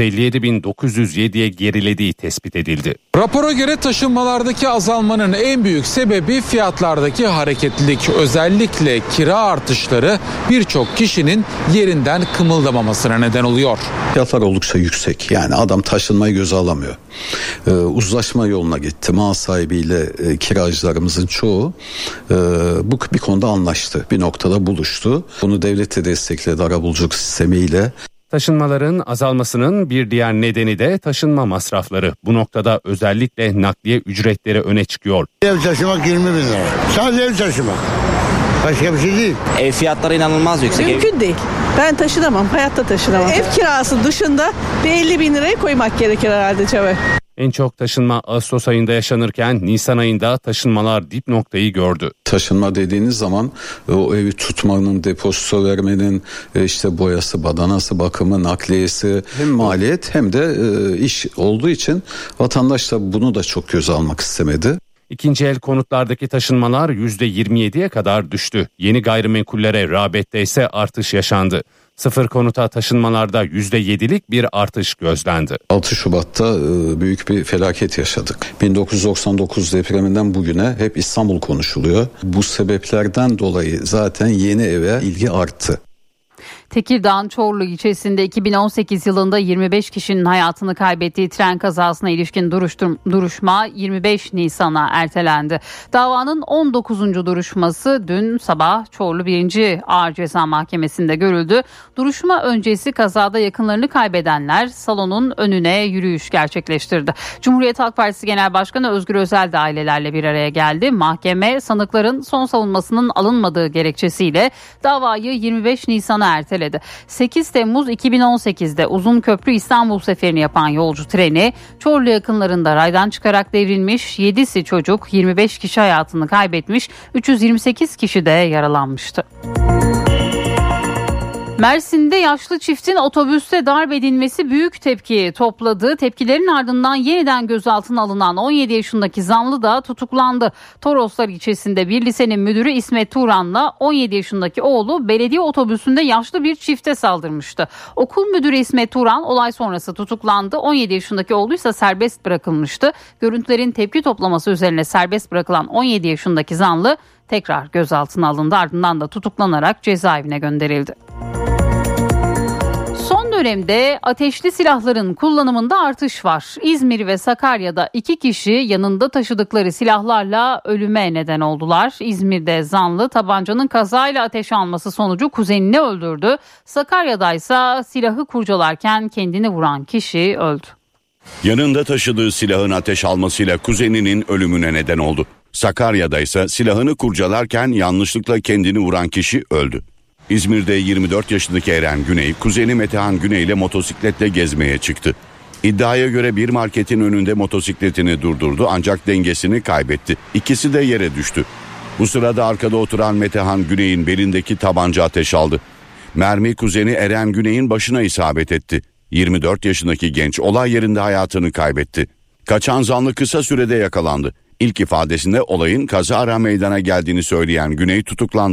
457.907'ye gerilediği tespit edildi. Rapora göre taşınmalardaki azalmanın en büyük sebebi fiyatlardaki hareketlilik. Özellikle kira artışları birçok kişinin yerinden kımıldamamasına neden oluyor. Fiyatlar oldukça yüksek. Yani adam taşınmayı göze alamıyor. Uzlaşma yoluna gitti. Mal sahibiyle kiracılarımızın çoğu bu bir konuda anlaştı. Bir noktada buluştu. Bunu devlet de destekledi arabuluculuk sistemiyle. Taşınmaların azalmasının bir diğer nedeni de taşınma masrafları. Bu noktada özellikle nakliye ücretleri öne çıkıyor. Ev taşımak 20 bin lira. Sadece ev taşımak. Başka bir şey değil. Ev fiyatları inanılmaz yüksek. Mümkün değil. Ben taşınamam, hayatta taşınamam. Ev kirası dışında bir 50 bin liraya koymak gerekir herhalde cebe. En çok taşınma Ağustos ayında yaşanırken Nisan ayında taşınmalar dip noktayı gördü. Taşınma dediğiniz zaman o evi tutmanın, depozito vermenin, işte boyası, badanası, bakımı, nakliyesi hem maliyet hem de iş olduğu için vatandaş da bunu da çok göze almak istemedi. İkinci el konutlardaki taşınmalar %27'ye kadar düştü. Yeni gayrimenkullere rağbette ise artış yaşandı. Sıfır konuta taşınmalarda %7'lik bir artış gözlendi. 6 Şubat'ta büyük bir felaket yaşadık. 1999 depreminden bugüne hep İstanbul konuşuluyor. Bu sebeplerden dolayı zaten yeni eve ilgi arttı. Tekirdağ Çorlu ilçesinde 2018 yılında 25 kişinin hayatını kaybettiği tren kazasına ilişkin duruşma 25 Nisan'a ertelendi. Davanın 19. duruşması dün sabah Çorlu 1. Ağır Ceza Mahkemesi'nde görüldü. Duruşma öncesi kazada yakınlarını kaybedenler salonun önüne yürüyüş gerçekleştirdi. Cumhuriyet Halk Partisi Genel Başkanı Özgür Özel de ailelerle bir araya geldi. Mahkeme sanıkların son savunmasının alınmadığı gerekçesiyle davayı 25 Nisan'a erteledi. 8 Temmuz 2018'de Uzunköprü İstanbul seferini yapan yolcu treni Çorlu yakınlarında raydan çıkarak devrilmiş, 7'si çocuk, 25 kişi hayatını kaybetmiş, 328 kişi de yaralanmıştı. Mersin'de yaşlı çiftin otobüste darp edilmesi büyük tepki topladı. Tepkilerin ardından yeniden gözaltına alınan 17 yaşındaki zanlı da tutuklandı. Toroslar ilçesinde bir lisenin müdürü İsmet Turan'la 17 yaşındaki oğlu belediye otobüsünde yaşlı bir çifte saldırmıştı. Okul müdürü İsmet Turan olay sonrası tutuklandı. 17 yaşındaki oğlu ise serbest bırakılmıştı. Görüntülerin tepki toplaması üzerine serbest bırakılan 17 yaşındaki zanlı tekrar gözaltına alındı. Ardından da tutuklanarak cezaevine gönderildi. Son dönemde ateşli silahların kullanımında artış var. İzmir ve Sakarya'da 2 kişi yanında taşıdıkları silahlarla ölüme neden oldular. İzmir'de zanlı tabancanın kazayla ateş alması sonucu kuzenini öldürdü. Sakarya'da ise silahı kurcalarken kendini vuran kişi öldü. Yanında taşıdığı silahın ateş almasıyla kuzeninin ölümüne neden oldu. Sakarya'da ise silahını kurcalarken yanlışlıkla kendini vuran kişi öldü. İzmir'de 24 yaşındaki Eren Güney, kuzeni Metehan Güney ile motosikletle gezmeye çıktı. İddiaya göre bir marketin önünde motosikletini durdurdu ancak dengesini kaybetti. İkisi de yere düştü. Bu sırada arkada oturan Metehan Güney'in belindeki tabanca ateş aldı. Mermi kuzeni Eren Güney'in başına isabet etti. 24 yaşındaki genç olay yerinde hayatını kaybetti. Kaçan zanlı kısa sürede yakalandı. İlk ifadesinde olayın kazara meydana geldiğini söyleyen Güney tutuklandı.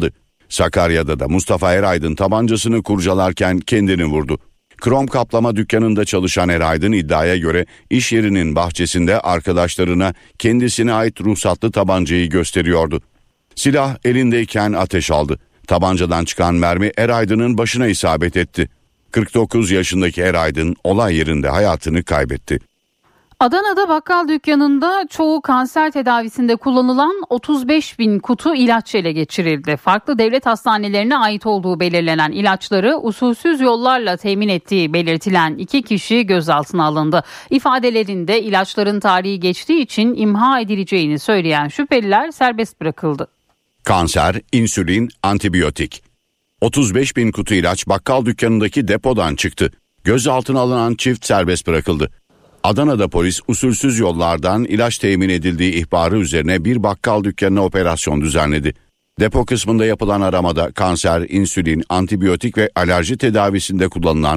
Sakarya'da da Mustafa Eraydın tabancasını kurcalarken kendini vurdu. Krom kaplama dükkanında çalışan Eraydın iddiaya göre iş yerinin bahçesinde arkadaşlarına kendisine ait ruhsatlı tabancayı gösteriyordu. Silah elindeyken ateş aldı. Tabancadan çıkan mermi Eraydın'ın başına isabet etti. 49 yaşındaki Eraydın olay yerinde hayatını kaybetti. Adana'da bakkal dükkanında çoğu kanser tedavisinde kullanılan 35 bin kutu ilaç ele geçirildi. Farklı devlet hastanelerine ait olduğu belirlenen ilaçları usulsüz yollarla temin ettiği belirtilen 2 kişi gözaltına alındı. İfadelerinde ilaçların tarihi geçtiği için imha edileceğini söyleyen şüpheliler serbest bırakıldı. Kanser, insülin, antibiyotik. 35 bin kutu ilaç bakkal dükkanındaki depodan çıktı. Gözaltına alınan çift serbest bırakıldı. Adana'da polis usulsüz yollardan ilaç temin edildiği ihbarı üzerine bir bakkal dükkanına operasyon düzenledi. Depo kısmında yapılan aramada kanser, insülin, antibiyotik ve alerji tedavisinde kullanılan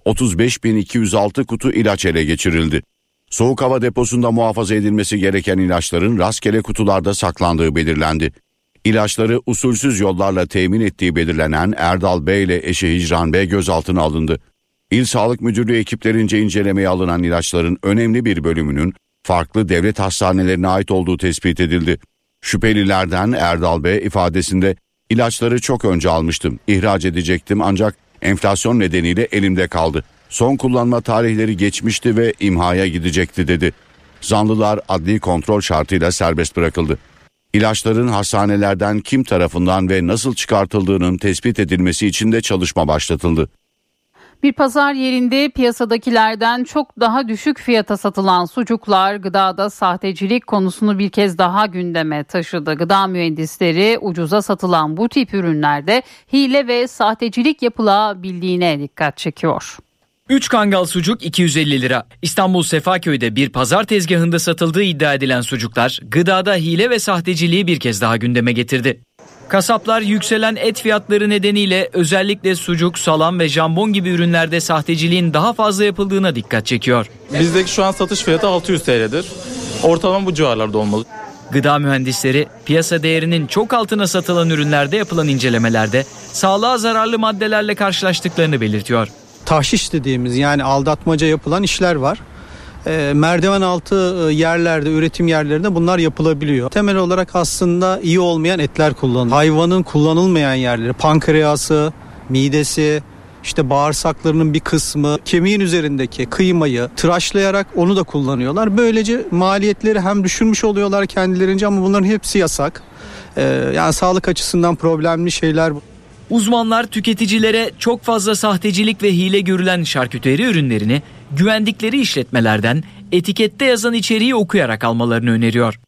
35.206 kutu ilaç ele geçirildi. Soğuk hava deposunda muhafaza edilmesi gereken ilaçların rastgele kutularda saklandığı belirlendi. İlaçları usulsüz yollarla temin ettiği belirlenen Erdal Bey ile eşi Hicran Bey gözaltına alındı. İl Sağlık Müdürlüğü ekiplerince incelemeye alınan ilaçların önemli bir bölümünün farklı devlet hastanelerine ait olduğu tespit edildi. Şüphelilerden Erdal Bey ifadesinde ilaçları çok önce almıştım, ihraç edecektim ancak enflasyon nedeniyle elimde kaldı. Son kullanma tarihleri geçmişti ve imhaya gidecekti dedi. Zanlılar adli kontrol şartıyla serbest bırakıldı. İlaçların hastanelerden kim tarafından ve nasıl çıkartıldığının tespit edilmesi için de çalışma başlatıldı. Bir pazar yerinde piyasadakilerden çok daha düşük fiyata satılan sucuklar gıdada sahtecilik konusunu bir kez daha gündeme taşıdı. Gıda mühendisleri ucuza satılan bu tip ürünlerde hile ve sahtecilik yapılabildiğine dikkat çekiyor. 3 kangal sucuk 250 lira. İstanbul Sefaköy'de bir pazar tezgahında satıldığı iddia edilen sucuklar gıdada hile ve sahteciliği bir kez daha gündeme getirdi. Kasaplar yükselen et fiyatları nedeniyle özellikle sucuk, salam ve jambon gibi ürünlerde sahteciliğin daha fazla yapıldığına dikkat çekiyor. Bizdeki şu an satış fiyatı 600 TL'dir. Ortalama bu civarlarda olmalı. Gıda mühendisleri piyasa değerinin çok altına satılan ürünlerde yapılan incelemelerde sağlığa zararlı maddelerle karşılaştıklarını belirtiyor. Tahşiş dediğimiz yani aldatmaca yapılan işler var. Merdiven altı yerlerde, üretim yerlerinde bunlar yapılabiliyor. Temel olarak aslında iyi olmayan etler kullanılıyor. Hayvanın kullanılmayan yerleri, pankreası, midesi, işte bağırsaklarının bir kısmı, kemiğin üzerindeki kıymayı tıraşlayarak onu da kullanıyorlar. Böylece maliyetleri hem düşürmüş oluyorlar kendilerince ama bunların hepsi yasak. Yani sağlık açısından problemli şeyler. Uzmanlar tüketicilere çok fazla sahtecilik ve hile görülen şarküteri ürünlerini güvendikleri işletmelerden etikette yazan içeriği okuyarak almalarını öneriyor.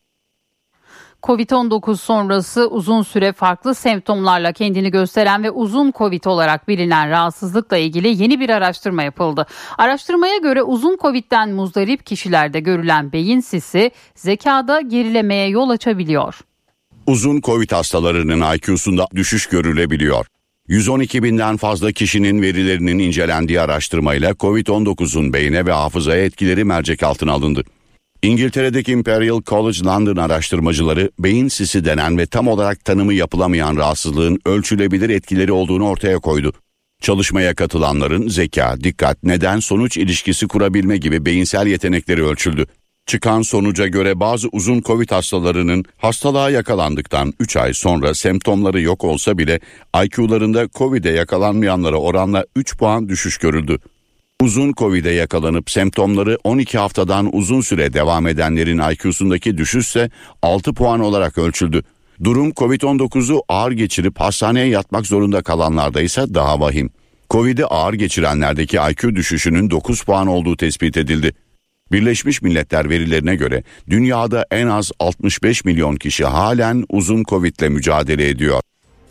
Covid-19 sonrası uzun süre farklı semptomlarla kendini gösteren ve uzun Covid olarak bilinen rahatsızlıkla ilgili yeni bir araştırma yapıldı. Araştırmaya göre uzun Covid'den muzdarip kişilerde görülen beyin sisi zekada gerilemeye yol açabiliyor. Uzun Covid hastalarının IQ'sunda düşüş görülebiliyor. 112 binden fazla kişinin verilerinin incelendiği araştırmayla Covid-19'un beyne ve hafızaya etkileri mercek altına alındı. İngiltere'deki Imperial College London araştırmacıları beyin sisi denen ve tam olarak tanımı yapılamayan rahatsızlığın ölçülebilir etkileri olduğunu ortaya koydu. Çalışmaya katılanların zeka, dikkat, neden sonuç ilişkisi kurabilme gibi beyinsel yetenekleri ölçüldü. Çıkan sonuca göre bazı uzun Covid hastalarının hastalığa yakalandıktan 3 ay sonra semptomları yok olsa bile IQ'larında Covid'e yakalanmayanlara oranla 3 puan düşüş görüldü. Uzun Covid'e yakalanıp semptomları 12 haftadan uzun süre devam edenlerin IQ'sundaki düşüşse 6 puan olarak ölçüldü. Durum Covid-19'u ağır geçirip hastaneye yatmak zorunda kalanlarda ise daha vahim. Covid'i ağır geçirenlerdeki IQ düşüşünün 9 puan olduğu tespit edildi. Birleşmiş Milletler verilerine göre dünyada en az 65 milyon kişi halen uzun Covid'le mücadele ediyor.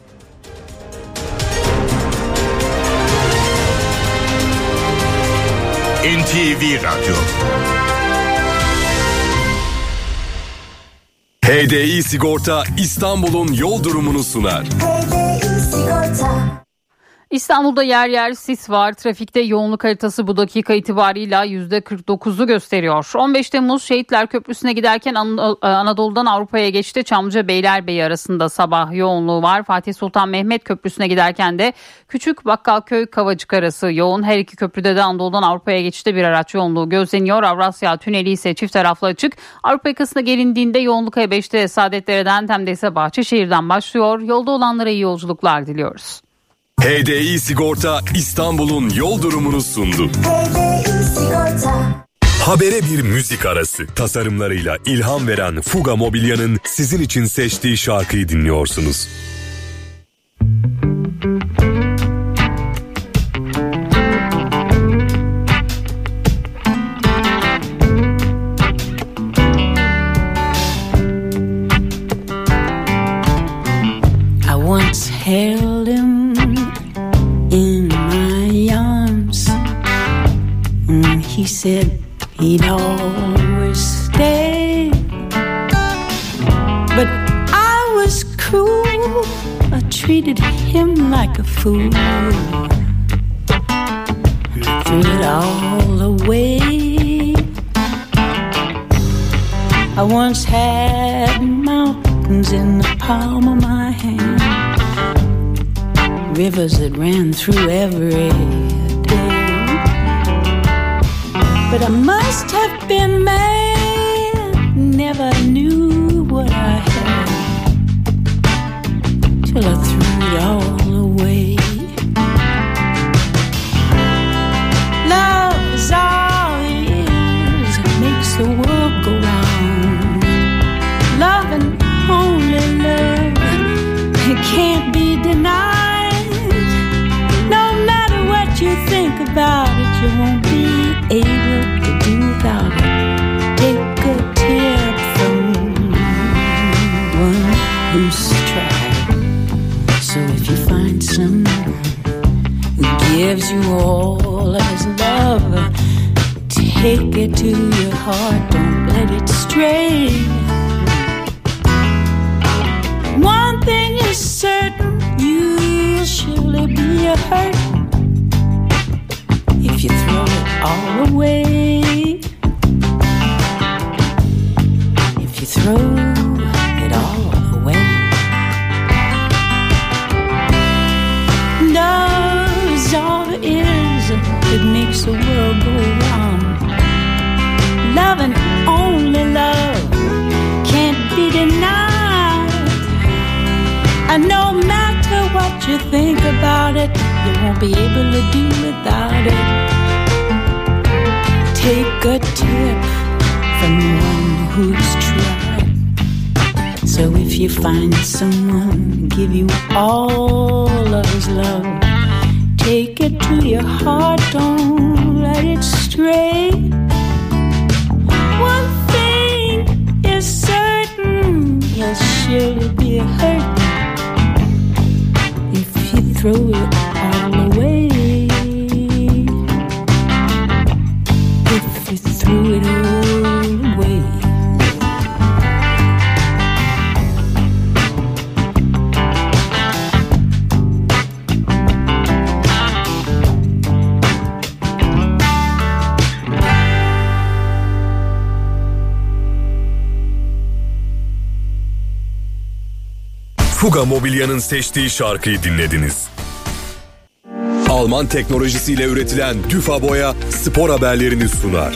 NTV Radyo. HDI Sigorta İstanbul'un yol durumunu sunar. İstanbul'da yer yer sis var. Trafikte yoğunluk haritası bu dakika itibarıyla %49'u gösteriyor. 15 Temmuz Şehitler Köprüsü'ne giderken Anadolu'dan Avrupa'ya geçti. Çamlıca Beylerbeyi arasında sabah yoğunluğu var. Fatih Sultan Mehmet Köprüsü'ne giderken de Küçük Bakkalköy Kavacık arası yoğun. Her iki köprüde de Anadolu'dan Avrupa'ya geçişte bir araç yoğunluğu gözleniyor. Avrasya Tüneli ise çift taraflı açık. Avrupa yakasına gelindiğinde yoğunluk E5'te Saadetdere'den hem de ise Bahçeşehir'den başlıyor. Yolda olanlara iyi yolculuklar diliyoruz. HDI Sigorta İstanbul'un yol durumunu sundu. Habere bir müzik arası. Tasarımlarıyla ilham veren Fuga Mobilya'nın sizin için seçtiği şarkıyı dinliyorsunuz. I once held him in my arms. He said he'd always stay, but I was cruel. I treated him like a fool, and I threw it all away. I once had mountains in the palm of my hand, rivers that ran through every day. But I must have been mad, never knew what I had, till I threw it all away. Love is all it is, it makes the world go round. Love and only love, it can't be denied. No matter what you think about it, you won't be able to do without it. Take a tip from one who's tried. So if you find someone who gives you all of his love, take it to your heart, don't let it stray. One thing is certain, you'll surely be hurt if you throw it all away. If you throw it all away. Love's all it is, it makes the world go round. Love and only love can't be denied. And no matter what you think about it, you won't be able to do without it. Take a tip from one who's tried. So if you find someone who give you all of his love, take it to your heart, don't let it stray. One thing is certain, you'll surely be hurt if you throw it all away. If you threw it all away. Fuga Mobilya'nın seçtiği şarkıyı dinlediniz. Alman teknolojisiyle üretilen Düfa Boya spor haberlerini sunar.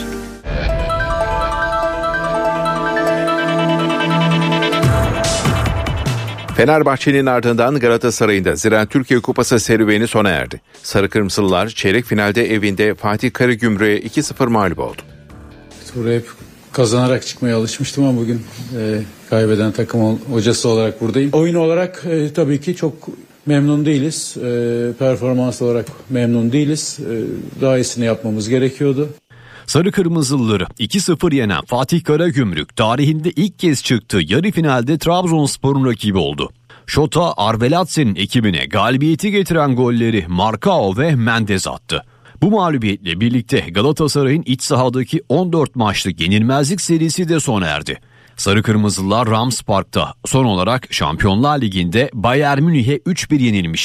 Fenerbahçe'nin ardından Galatasaray'ın Ziraat Türkiye Kupası serüveni sona erdi. Sarı Kırmızılılar çeyrek finalde evinde Fatih Karagümrük'e 2-0 mağlup oldu. Buraya hep kazanarak çıkmaya alışmıştım ama bugün kaybeden takım hocası olarak buradayım. Oyun olarak tabii ki çok memnun değiliz. Performans olarak memnun değiliz. Daha iyisini yapmamız gerekiyordu. Sarı Kırmızılıları 2-0 yenen Fatih Karagümrük tarihinde ilk kez çıktı. Yarı finalde Trabzonspor'un rakibi oldu. Şota Arveladze'nin ekibine galibiyeti getiren golleri Marcao ve Mendes attı. Bu mağlubiyetle birlikte Galatasaray'ın iç sahadaki 14 maçlık yenilmezlik serisi de sona erdi. Sarı Kırmızılılar Rams Park'ta son olarak Şampiyonlar Ligi'nde Bayern Münih'e 3-1 yenilmişti.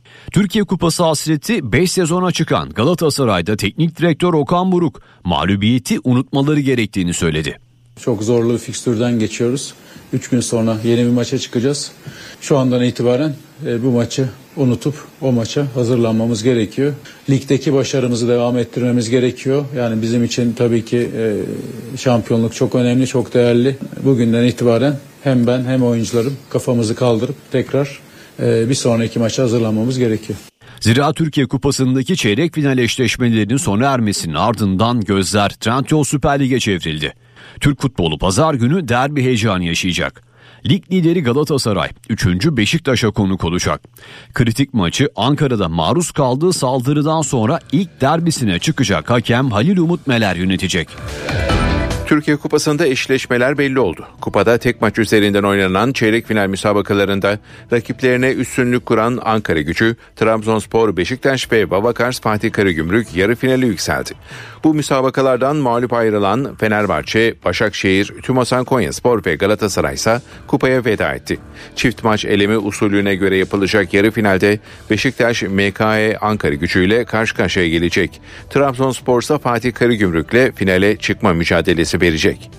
Türkiye Kupası hasreti 5 sezona çıkan Galatasaray'da teknik direktör Okan Buruk mağlubiyeti unutmaları gerektiğini söyledi. Çok zorlu bir fikstürden geçiyoruz. 3 gün sonra yeni bir maça çıkacağız. Şu andan itibaren bu maçı unutup o maça hazırlanmamız gerekiyor. Ligdeki başarımızı devam ettirmemiz gerekiyor. Yani bizim için tabii ki şampiyonluk çok önemli, çok değerli. Bugünden itibaren hem ben hem oyuncularım kafamızı kaldırıp tekrar bir sonraki maça hazırlanmamız gerekiyor. Zira Türkiye Kupası'ndaki çeyrek final eşleşmelerinin sona ermesinin ardından gözler Trendyol Süper Lig'e çevrildi. Türk futbolu pazar günü derbi heyecanı yaşayacak. Lig lideri Galatasaray 3. Beşiktaş'a konuk olacak. Kritik maçı Ankara'da maruz kaldığı saldırıdan sonra ilk derbisine çıkacak hakem Halil Umut Meler yönetecek. Türkiye Kupası'nda eşleşmeler belli oldu. Kupada tek maç üzerinden oynanan çeyrek final müsabakalarında rakiplerine üstünlük kuran Ankaragücü, Trabzonspor, Beşiktaş ve Babakars Fatih Karagümrük yarı finale yükseldi. Bu müsabakalardan mağlup ayrılan Fenerbahçe, Başakşehir, Tümasan Konyaspor ve Galatasaray ise kupaya veda etti. Çift maç eleme usulüne göre yapılacak yarı finalde Beşiktaş MKE Ankaragücü ile karşı karşıya gelecek. Trabzonspor ise Fatih Karagümrük'le finale çıkma mücadelesi verecek.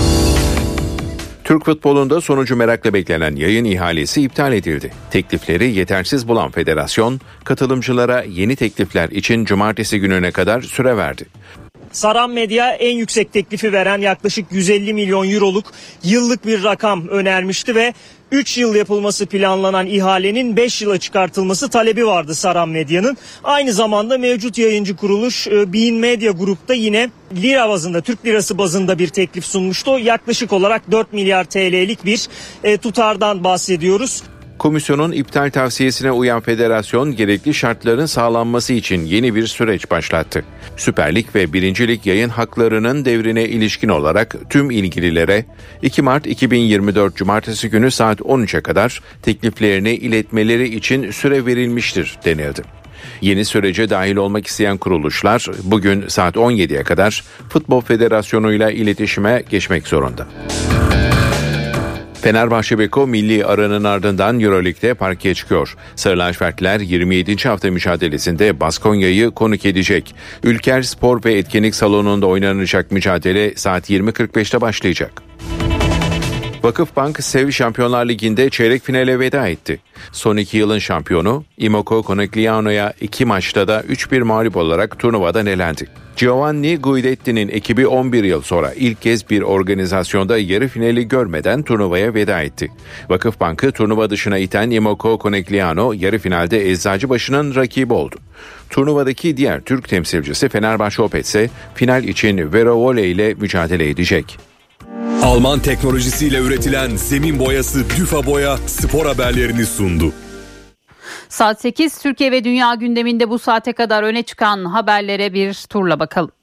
Türk futbolunda sonucu merakla beklenen yayın ihalesi iptal edildi. Teklifleri yetersiz bulan federasyon, katılımcılara yeni teklifler için cumartesi gününe kadar süre verdi. Saran Medya en yüksek teklifi veren yaklaşık 150 milyon euroluk yıllık bir rakam önermişti ve 3 yıl yapılması planlanan ihalenin 5 yıla çıkartılması talebi vardı Saran Medya'nın. Aynı zamanda mevcut yayıncı kuruluş Bein Media Group'ta yine lira bazında, Türk lirası bazında bir teklif sunmuştu. Yaklaşık olarak 4 milyar TL'lik bir tutardan bahsediyoruz. Komisyonun iptal tavsiyesine uyan federasyon gerekli şartların sağlanması için yeni bir süreç başlattı. Süper Lig ve 1. Lig yayın haklarının devrine ilişkin olarak tüm ilgililere 2 Mart 2024 Cumartesi günü saat 13'e kadar tekliflerini iletmeleri için süre verilmiştir denildi. Yeni sürece dahil olmak isteyen kuruluşlar bugün saat 17'ye kadar Futbol Federasyonu'yla iletişime geçmek zorunda. Fenerbahçe Beko milli aranın ardından Euroleague'de parkeye çıkıyor. Sarı lacivertliler 27. hafta mücadelesinde Baskonya'yı konuk edecek. Ülker Spor ve Etkinlik Salonu'nda oynanacak mücadele saat 20.45'te başlayacak. Vakıfbank Sev Şampiyonlar Ligi'nde çeyrek finale veda etti. Son 2 yılın şampiyonu Imoko Conegliano'ya 2 maçta da 3-1 mağlup olarak turnuvadan elendi. Giovanni Guidetti'nin ekibi 11 yıl sonra ilk kez bir organizasyonda yarı finali görmeden turnuvaya veda etti. Vakıfbank'ı turnuva dışına iten Imoko Conegliano yarı finalde Eczacıbaşı'nın rakibi oldu. Turnuvadaki diğer Türk temsilcisi Fenerbahçe Opet ise final için Verovole ile mücadele edecek. Alman teknolojisiyle üretilen zemin boyası Düfa Boya spor haberlerini sundu. Saat 8 Türkiye ve dünya gündeminde bu saate kadar öne çıkan haberlere bir turla bakalım.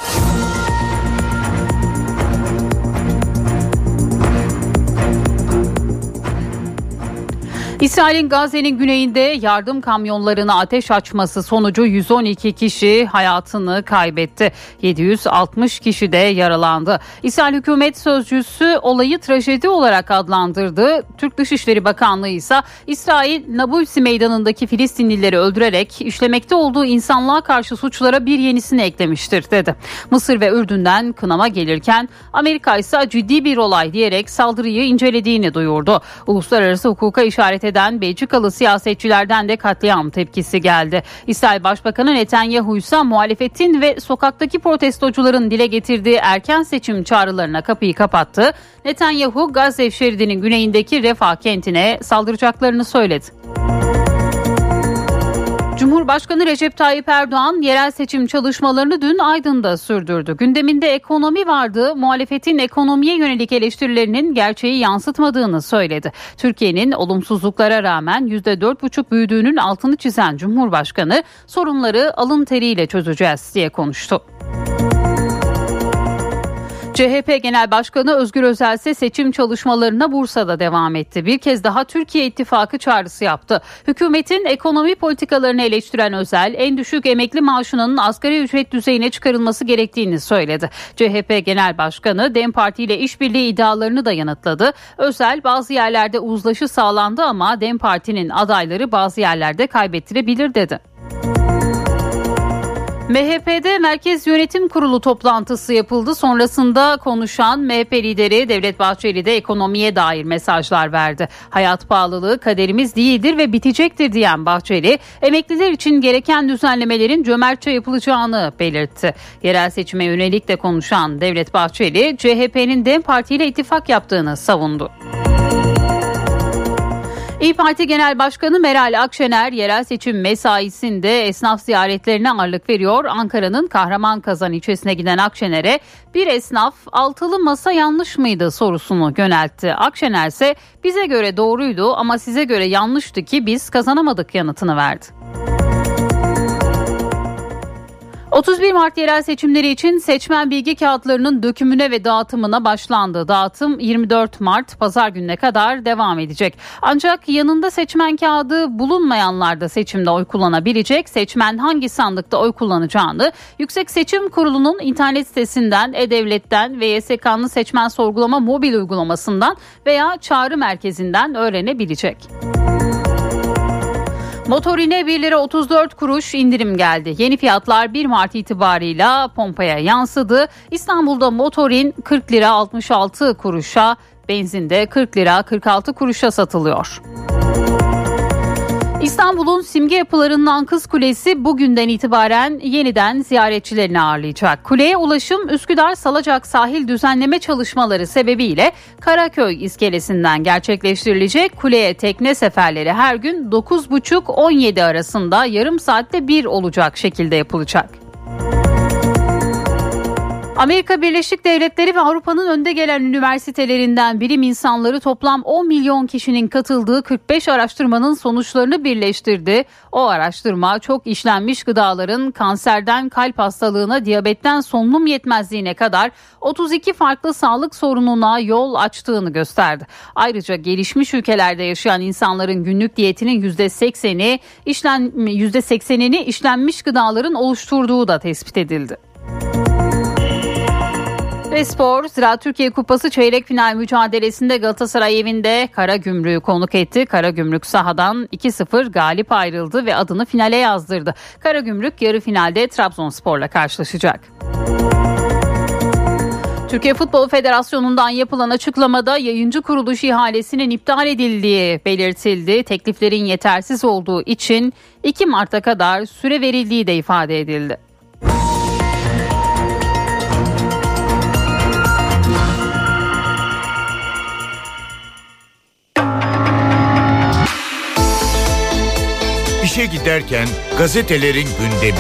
İsrail'in Gazze'nin güneyinde yardım kamyonlarına ateş açması sonucu 112 kişi hayatını kaybetti. 760 kişi de yaralandı. İsrail hükümet sözcüsü olayı trajedi olarak adlandırdı. Türk Dışişleri Bakanlığı ise İsrail Nabulsi Meydanı'ndaki Filistinlileri öldürerek işlemekte olduğu insanlığa karşı suçlara bir yenisini eklemiştir dedi. Mısır ve Ürdün'den kınama gelirken Amerika ise ciddi bir olay diyerek saldırıyı incelediğini duyurdu. Uluslararası hukuka işaret eden Belçikalı siyasetçilerden de katliam tepkisi geldi. İsrail Başbakanı Netanyahu ise muhalefetin ve sokaktaki protestocuların dile getirdiği erken seçim çağrılarına kapıyı kapattı. Netanyahu Gazze şeridinin güneyindeki Refah kentine saldıracaklarını söyledi. Cumhurbaşkanı Recep Tayyip Erdoğan yerel seçim çalışmalarını dün Aydın'da sürdürdü. Gündeminde ekonomi vardı, muhalefetin ekonomiye yönelik eleştirilerinin gerçeği yansıtmadığını söyledi. Türkiye'nin olumsuzluklara rağmen %4,5 büyüdüğünün altını çizen Cumhurbaşkanı sorunları alın teriyle çözeceğiz diye konuştu. CHP Genel Başkanı Özgür Özel ise seçim çalışmalarına Bursa'da devam etti. Bir kez daha Türkiye İttifakı çağrısı yaptı. Hükümetin ekonomi politikalarını eleştiren Özel, en düşük emekli maaşının asgari ücret düzeyine çıkarılması gerektiğini söyledi. CHP Genel Başkanı DEM Parti ile işbirliği iddialarını da yanıtladı. Özel, bazı yerlerde uzlaşı sağlandı ama DEM Parti'nin adayları bazı yerlerde kaybettirebilir dedi. MHP'de Merkez Yönetim Kurulu toplantısı yapıldı. Sonrasında konuşan MHP lideri Devlet Bahçeli de ekonomiye dair mesajlar verdi. Hayat pahalılığı kaderimiz değildir ve bitecektir diyen Bahçeli, emekliler için gereken düzenlemelerin cömertçe yapılacağını belirtti. Yerel seçime yönelik de konuşan Devlet Bahçeli, CHP'nin DEM Parti ile ittifak yaptığını savundu. İYİ Parti Genel Başkanı Meral Akşener yerel seçim mesaisinde esnaf ziyaretlerine ağırlık veriyor. Ankara'nın Kahramanmaraş ilçesine giden Akşener'e bir esnaf altılı masa yanlış mıydı sorusunu yöneltti. Akşener ise bize göre doğruydu ama size göre yanlıştı ki biz kazanamadık yanıtını verdi. 31 Mart yerel seçimleri için seçmen bilgi kağıtlarının dökümüne ve dağıtımına başlandı. Dağıtım 24 Mart Pazar gününe kadar devam edecek. Ancak yanında seçmen kağıdı bulunmayanlar da seçimde oy kullanabilecek. Seçmen hangi sandıkta oy kullanacağını Yüksek Seçim Kurulu'nun internet sitesinden, E-Devlet'ten ve YSK'nın seçmen sorgulama mobil uygulamasından veya çağrı merkezinden öğrenebilecek. Motorine 1 lira 34 kuruş indirim geldi. Yeni fiyatlar 1 Mart itibarıyla pompaya yansıdı. İstanbul'da motorin 40 lira 66 kuruşa, benzinde 40 lira 46 kuruşa satılıyor. İstanbul'un simge yapılarından Kız Kulesi bugünden itibaren yeniden ziyaretçilerini ağırlayacak. Kuleye ulaşım Üsküdar Salacak sahil düzenleme çalışmaları sebebiyle Karaköy iskelesinden gerçekleştirilecek. Kuleye tekne seferleri her gün 9.30-17 arasında yarım saatte bir olacak şekilde yapılacak. Amerika Birleşik Devletleri ve Avrupa'nın önde gelen üniversitelerinden bilim insanları toplam 10 milyon kişinin katıldığı 45 araştırmanın sonuçlarını birleştirdi. O araştırma çok işlenmiş gıdaların kanserden kalp hastalığına, diyabetten solunum yetmezliğine kadar 32 farklı sağlık sorununa yol açtığını gösterdi. Ayrıca gelişmiş ülkelerde yaşayan insanların günlük diyetinin %80'ini işlenmiş gıdaların oluşturduğu da tespit edildi. Ve spor, Ziraat Türkiye Kupası çeyrek final mücadelesinde Galatasaray evinde Karagümrük'ü konuk etti. Karagümrük sahadan 2-0 galip ayrıldı ve adını finale yazdırdı. Karagümrük yarı finalde Trabzonspor'la karşılaşacak. Türkiye Futbol Federasyonu'ndan yapılan açıklamada yayıncı kuruluş ihalesinin iptal edildiği belirtildi. Tekliflerin yetersiz olduğu için 2 Mart'a kadar süre verildiği de ifade edildi. İşe giderken gazetelerin gündemi.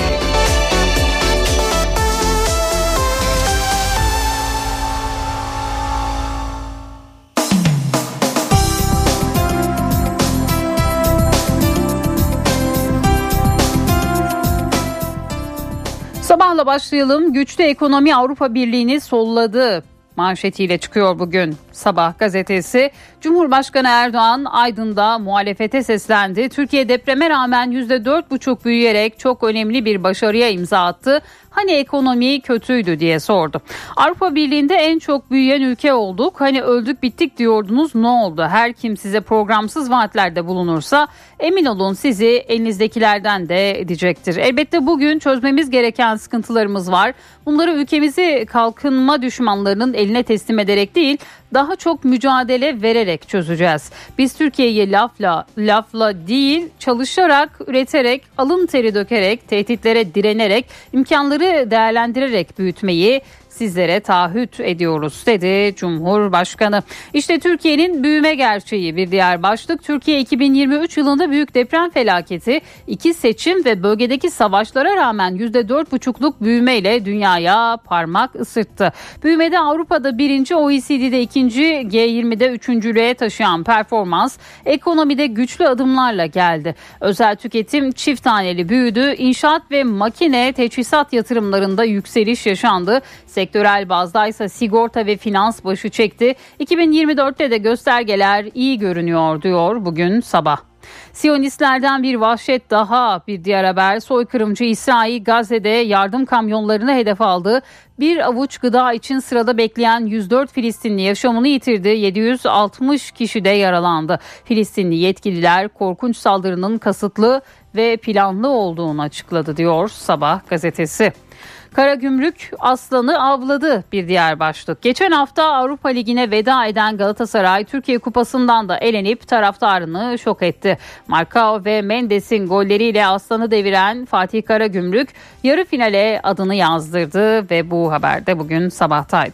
Sabahla başlayalım. Güçlü ekonomi Avrupa Birliği'ni solladı manşetiyle çıkıyor bugün Sabah gazetesi. Cumhurbaşkanı Erdoğan Aydın'da muhalefete seslendi. Türkiye depreme rağmen %4,5 büyüyerek çok önemli bir başarıya imza attı. Hani ekonomi kötüydü diye sordu. Avrupa Birliği'nde en çok büyüyen ülke olduk. Hani öldük bittik diyordunuz, ne oldu? Her kim size programsız vaatlerde bulunursa emin olun sizi elinizdekilerden de edecektir. Elbette bugün çözmemiz gereken sıkıntılarımız var. Bunları ülkemizi kalkınma düşmanlarının eline teslim ederek değil, daha çok mücadele vererek çözeceğiz. Biz Türkiye'yi lafla değil, çalışarak, üreterek, alın teri dökerek, tehditlere direnerek, imkanları değerlendirerek büyütmeyi sizlere taahhüt ediyoruz dedi Cumhurbaşkanı. İşte Türkiye'nin büyüme gerçeği bir diğer başlık. Türkiye 2023 yılında büyük deprem felaketi, 2 seçim ve bölgedeki savaşlara rağmen %4,5'luk büyümeyle dünyaya parmak ısırttı. Büyümede Avrupa'da 1. OECD'de 2. G20'de 3.lüğe taşıyan performans ekonomide güçlü adımlarla geldi. Özel tüketim çift taneli büyüdü. İnşaat ve makine teçhizat yatırımlarında yükseliş yaşandı. Sektörel bazda ise sigorta ve finans başı çekti. 2024'te de göstergeler iyi görünüyor diyor bugün sabah. Siyonistlerden bir vahşet daha, bir diğer haber. Soykırımcı İsrail Gazze'de yardım kamyonlarını hedef aldı. Bir avuç gıda için sırada bekleyen 104 Filistinli yaşamını yitirdi. 760 kişi de yaralandı. Filistinli yetkililer korkunç saldırının kasıtlı ve planlı olduğunu açıkladı diyor Sabah gazetesi. Karagümrük aslanı avladı, bir diğer başlık. Geçen hafta Avrupa Ligi'ne veda eden Galatasaray Türkiye Kupası'ndan da elenip taraftarını şok etti. Marcao ve Mendes'in golleriyle aslanı deviren Fatih Karagümrük yarı finale adını yazdırdı ve bu haber de bugün sabahtaydı.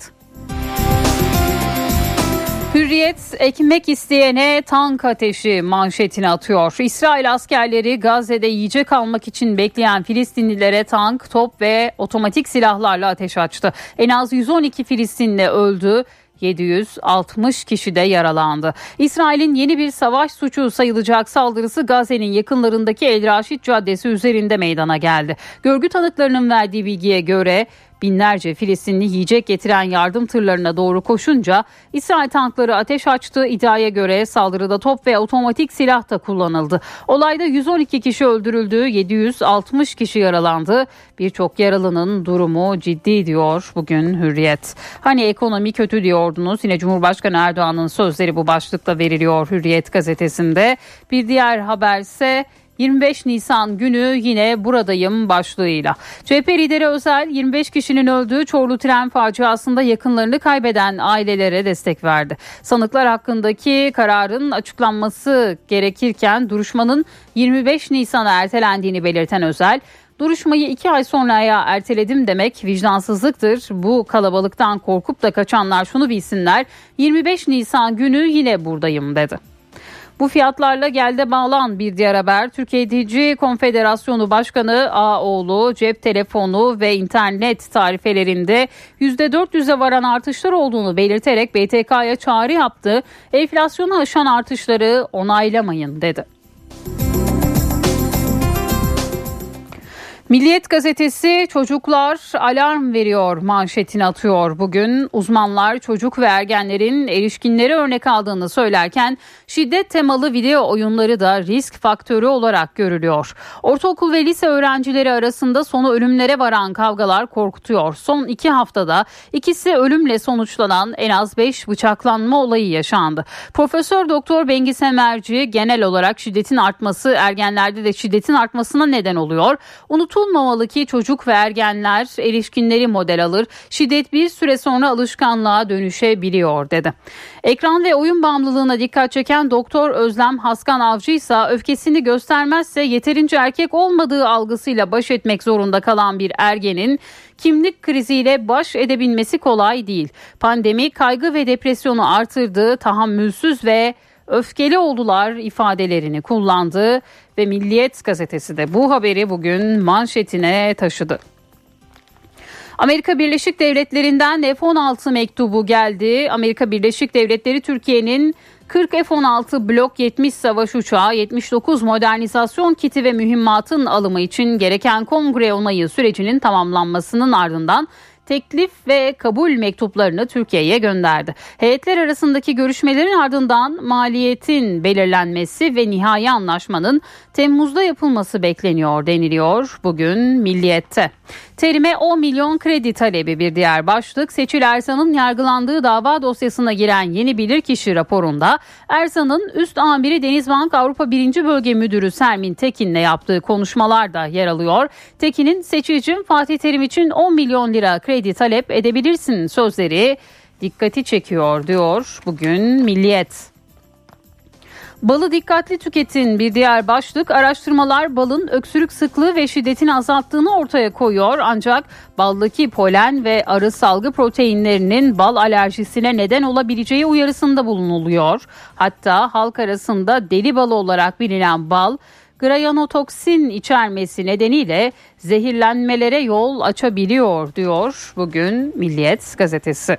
Hürriyet ekmek isteyene tank ateşi manşetini atıyor. İsrail askerleri Gazze'de yiyecek almak için bekleyen Filistinlilere tank, top ve otomatik silahlarla ateş açtı. En az 112 Filistinli öldü. 760 kişi de yaralandı. İsrail'in yeni bir savaş suçu sayılacak saldırısı Gazze'nin yakınlarındaki El Raşid Caddesi üzerinde meydana geldi. Görgü tanıklarının verdiği bilgiye göre binlerce Filistinli yiyecek getiren yardım tırlarına doğru koşunca İsrail tankları ateş açtı. İddiaya göre saldırıda top ve otomatik silah da kullanıldı. Olayda 112 kişi öldürüldü, 760 kişi yaralandı. Birçok yaralının durumu ciddi diyor bugün Hürriyet. Hani ekonomi kötü diyordunuz. Yine Cumhurbaşkanı Erdoğan'ın sözleri bu başlıkla veriliyor Hürriyet gazetesinde. Bir diğer haberse 25 Nisan günü yine buradayım başlığıyla. CHP lideri Özel 25 kişinin öldüğü Çorlu tren faciasında yakınlarını kaybeden ailelere destek verdi. Sanıklar hakkındaki kararın açıklanması gerekirken duruşmanın 25 Nisan'a ertelendiğini belirten Özel, duruşmayı 2 ay sonraya erteledim demek vicdansızlıktır. Bu kalabalıktan korkup da kaçanlar şunu bilsinler, 25 Nisan günü yine buradayım dedi. Bu fiyatlarla gelde bağlan bir diğer haber. Türkiye Edici Konfederasyonu Başkanı Ağoğlu cep telefonu ve internet tarifelerinde %400'e varan artışlar olduğunu belirterek BTK'ya çağrı yaptı. Enflasyonu aşan artışları onaylamayın dedi. Milliyet gazetesi çocuklar alarm veriyor manşetini atıyor bugün. Uzmanlar çocuk ve ergenlerin erişkinleri örnek aldığını söylerken şiddet temalı video oyunları da risk faktörü olarak görülüyor. Ortaokul ve lise öğrencileri arasında sonu ölümlere varan kavgalar korkutuyor. Son 2 haftada ikisi ölümle sonuçlanan en az 5 bıçaklanma olayı yaşandı. Profesör Doktor Bengi Semerci genel olarak şiddetin artması ergenlerde de şiddetin artmasına neden oluyor. Unutulmamalı ki çocuk ve ergenler erişkinleri model alır. Şiddet bir süre sonra alışkanlığa dönüşebiliyor dedi. Ekran ve oyun bağımlılığına dikkat çeken Doktor Özlem Haskan Avcı ise öfkesini göstermezse yeterince erkek olmadığı algısıyla baş etmek zorunda kalan bir ergenin kimlik kriziyle baş edebilmesi kolay değil. Pandemi kaygı ve depresyonu artırdı, tahammülsüz ve öfkeli oldular ifadelerini kullandı ve Milliyet gazetesi de bu haberi bugün manşetine taşıdı. Amerika Birleşik Devletleri'nden F-16 mektubu geldi. Amerika Birleşik Devletleri Türkiye'nin 40 F-16 Blok 70 savaş uçağı, 79 modernizasyon kiti ve mühimmatın alımı için gereken kongre onayı sürecinin tamamlanmasının ardından teklif ve kabul mektuplarını Türkiye'ye gönderdi. Heyetler arasındaki görüşmelerin ardından maliyetin belirlenmesi ve nihai anlaşmanın Temmuz'da yapılması bekleniyor deniliyor bugün Milliyet'te. Terime 10 milyon kredi talebi bir diğer başlık. Seçil Erzan'ın yargılandığı dava dosyasına giren yeni bilirkişi raporunda Erzan'ın üst amiri Denizbank Avrupa 1. Bölge Müdürü Sermin Tekin'le yaptığı konuşmalar da yer alıyor. Tekin'in seçilcim Fatih Terim için 10 milyon lira kredi talep edebilirsin sözleri dikkati çekiyor diyor bugün Milliyet. Balı dikkatli tüketin bir diğer başlık. Araştırmalar balın öksürük sıklığı ve şiddetini azalttığını ortaya koyuyor. Ancak baldaki polen ve arı salgı proteinlerinin bal alerjisine neden olabileceği uyarısında bulunuluyor. Hatta halk arasında deli balı olarak bilinen bal, grayanotoksin içermesi nedeniyle zehirlenmelere yol açabiliyor diyor bugün Milliyet gazetesi.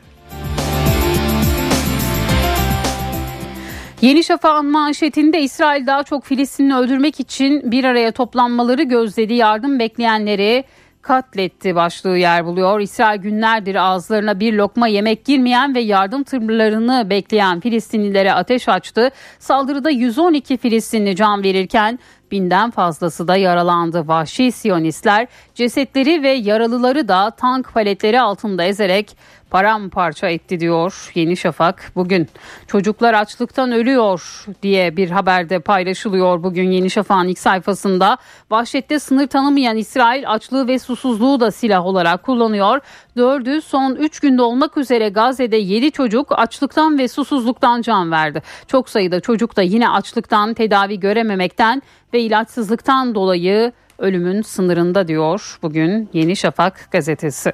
Yeni Şafak'ın manşetinde İsrail daha çok Filistinli öldürmek için bir araya toplanmaları gözlediği yardım bekleyenleri katletti başlığı yer buluyor. İsrail günlerdir ağızlarına bir lokma yemek girmeyen ve yardım tırlarını bekleyen Filistinlilere ateş açtı. Saldırıda 112 Filistinli can verirken 1000'den fazlası da yaralandı. Vahşi Siyonistler cesetleri ve yaralıları da tank paletleri altında ezerek paramparça etti diyor Yeni Şafak bugün. Çocuklar açlıktan ölüyor diye bir haberde paylaşılıyor bugün Yeni Şafak'ın ilk sayfasında. Vahşette sınır tanımayan İsrail açlığı ve susuzluğu da silah olarak kullanıyor. 4'ü son 3 günde olmak üzere Gazze'de 7 çocuk açlıktan ve susuzluktan can verdi. Çok sayıda çocuk da yine açlıktan, tedavi görememekten ve ilaçsızlıktan dolayı ölümün sınırında diyor bugün Yeni Şafak gazetesi.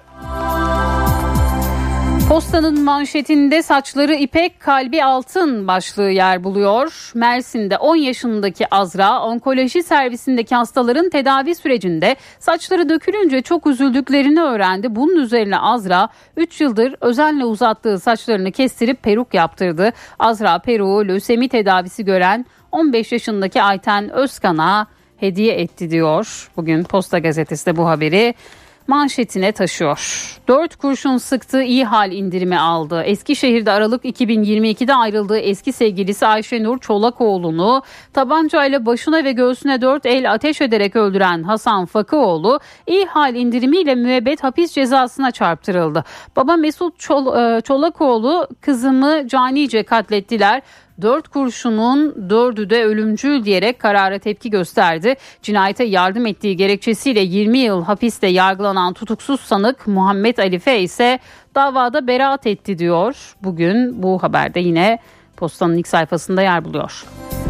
Postanın manşetinde saçları ipek, kalbi altın başlığı yer buluyor. Mersin'de 10 yaşındaki Azra onkoloji servisindeki hastaların tedavi sürecinde saçları dökülünce çok üzüldüklerini öğrendi. Bunun üzerine Azra 3 yıldır özenle uzattığı saçlarını kestirip peruk yaptırdı. Azra peruğu lösemi tedavisi gören 15 yaşındaki Ayten Özkan'a hediye etti diyor. Bugün Posta Gazetesi de bu haberi manşetine taşıyor. 4 kurşun sıktığı iyi hal indirimi aldı. Eskişehir'de Aralık 2022'de ayrıldığı eski sevgilisi Ayşenur Çolakoğlu'nu tabancayla başına ve göğsüne 4 el ateş ederek öldüren Hasan Fakıoğlu iyi hal indirimiyle müebbet hapis cezasına çarptırıldı. Baba Mesut Çolakoğlu kızımı canice katlettiler. 4 kurşunun 4'ü de ölümcül diyerek karara tepki gösterdi. Cinayete yardım ettiği gerekçesiyle 20 yıl hapiste yargılanan tutuksuz sanık Muhammed Alife ise davada beraat etti diyor. Bugün bu haberde yine Posta'nın ilk sayfasında yer buluyor.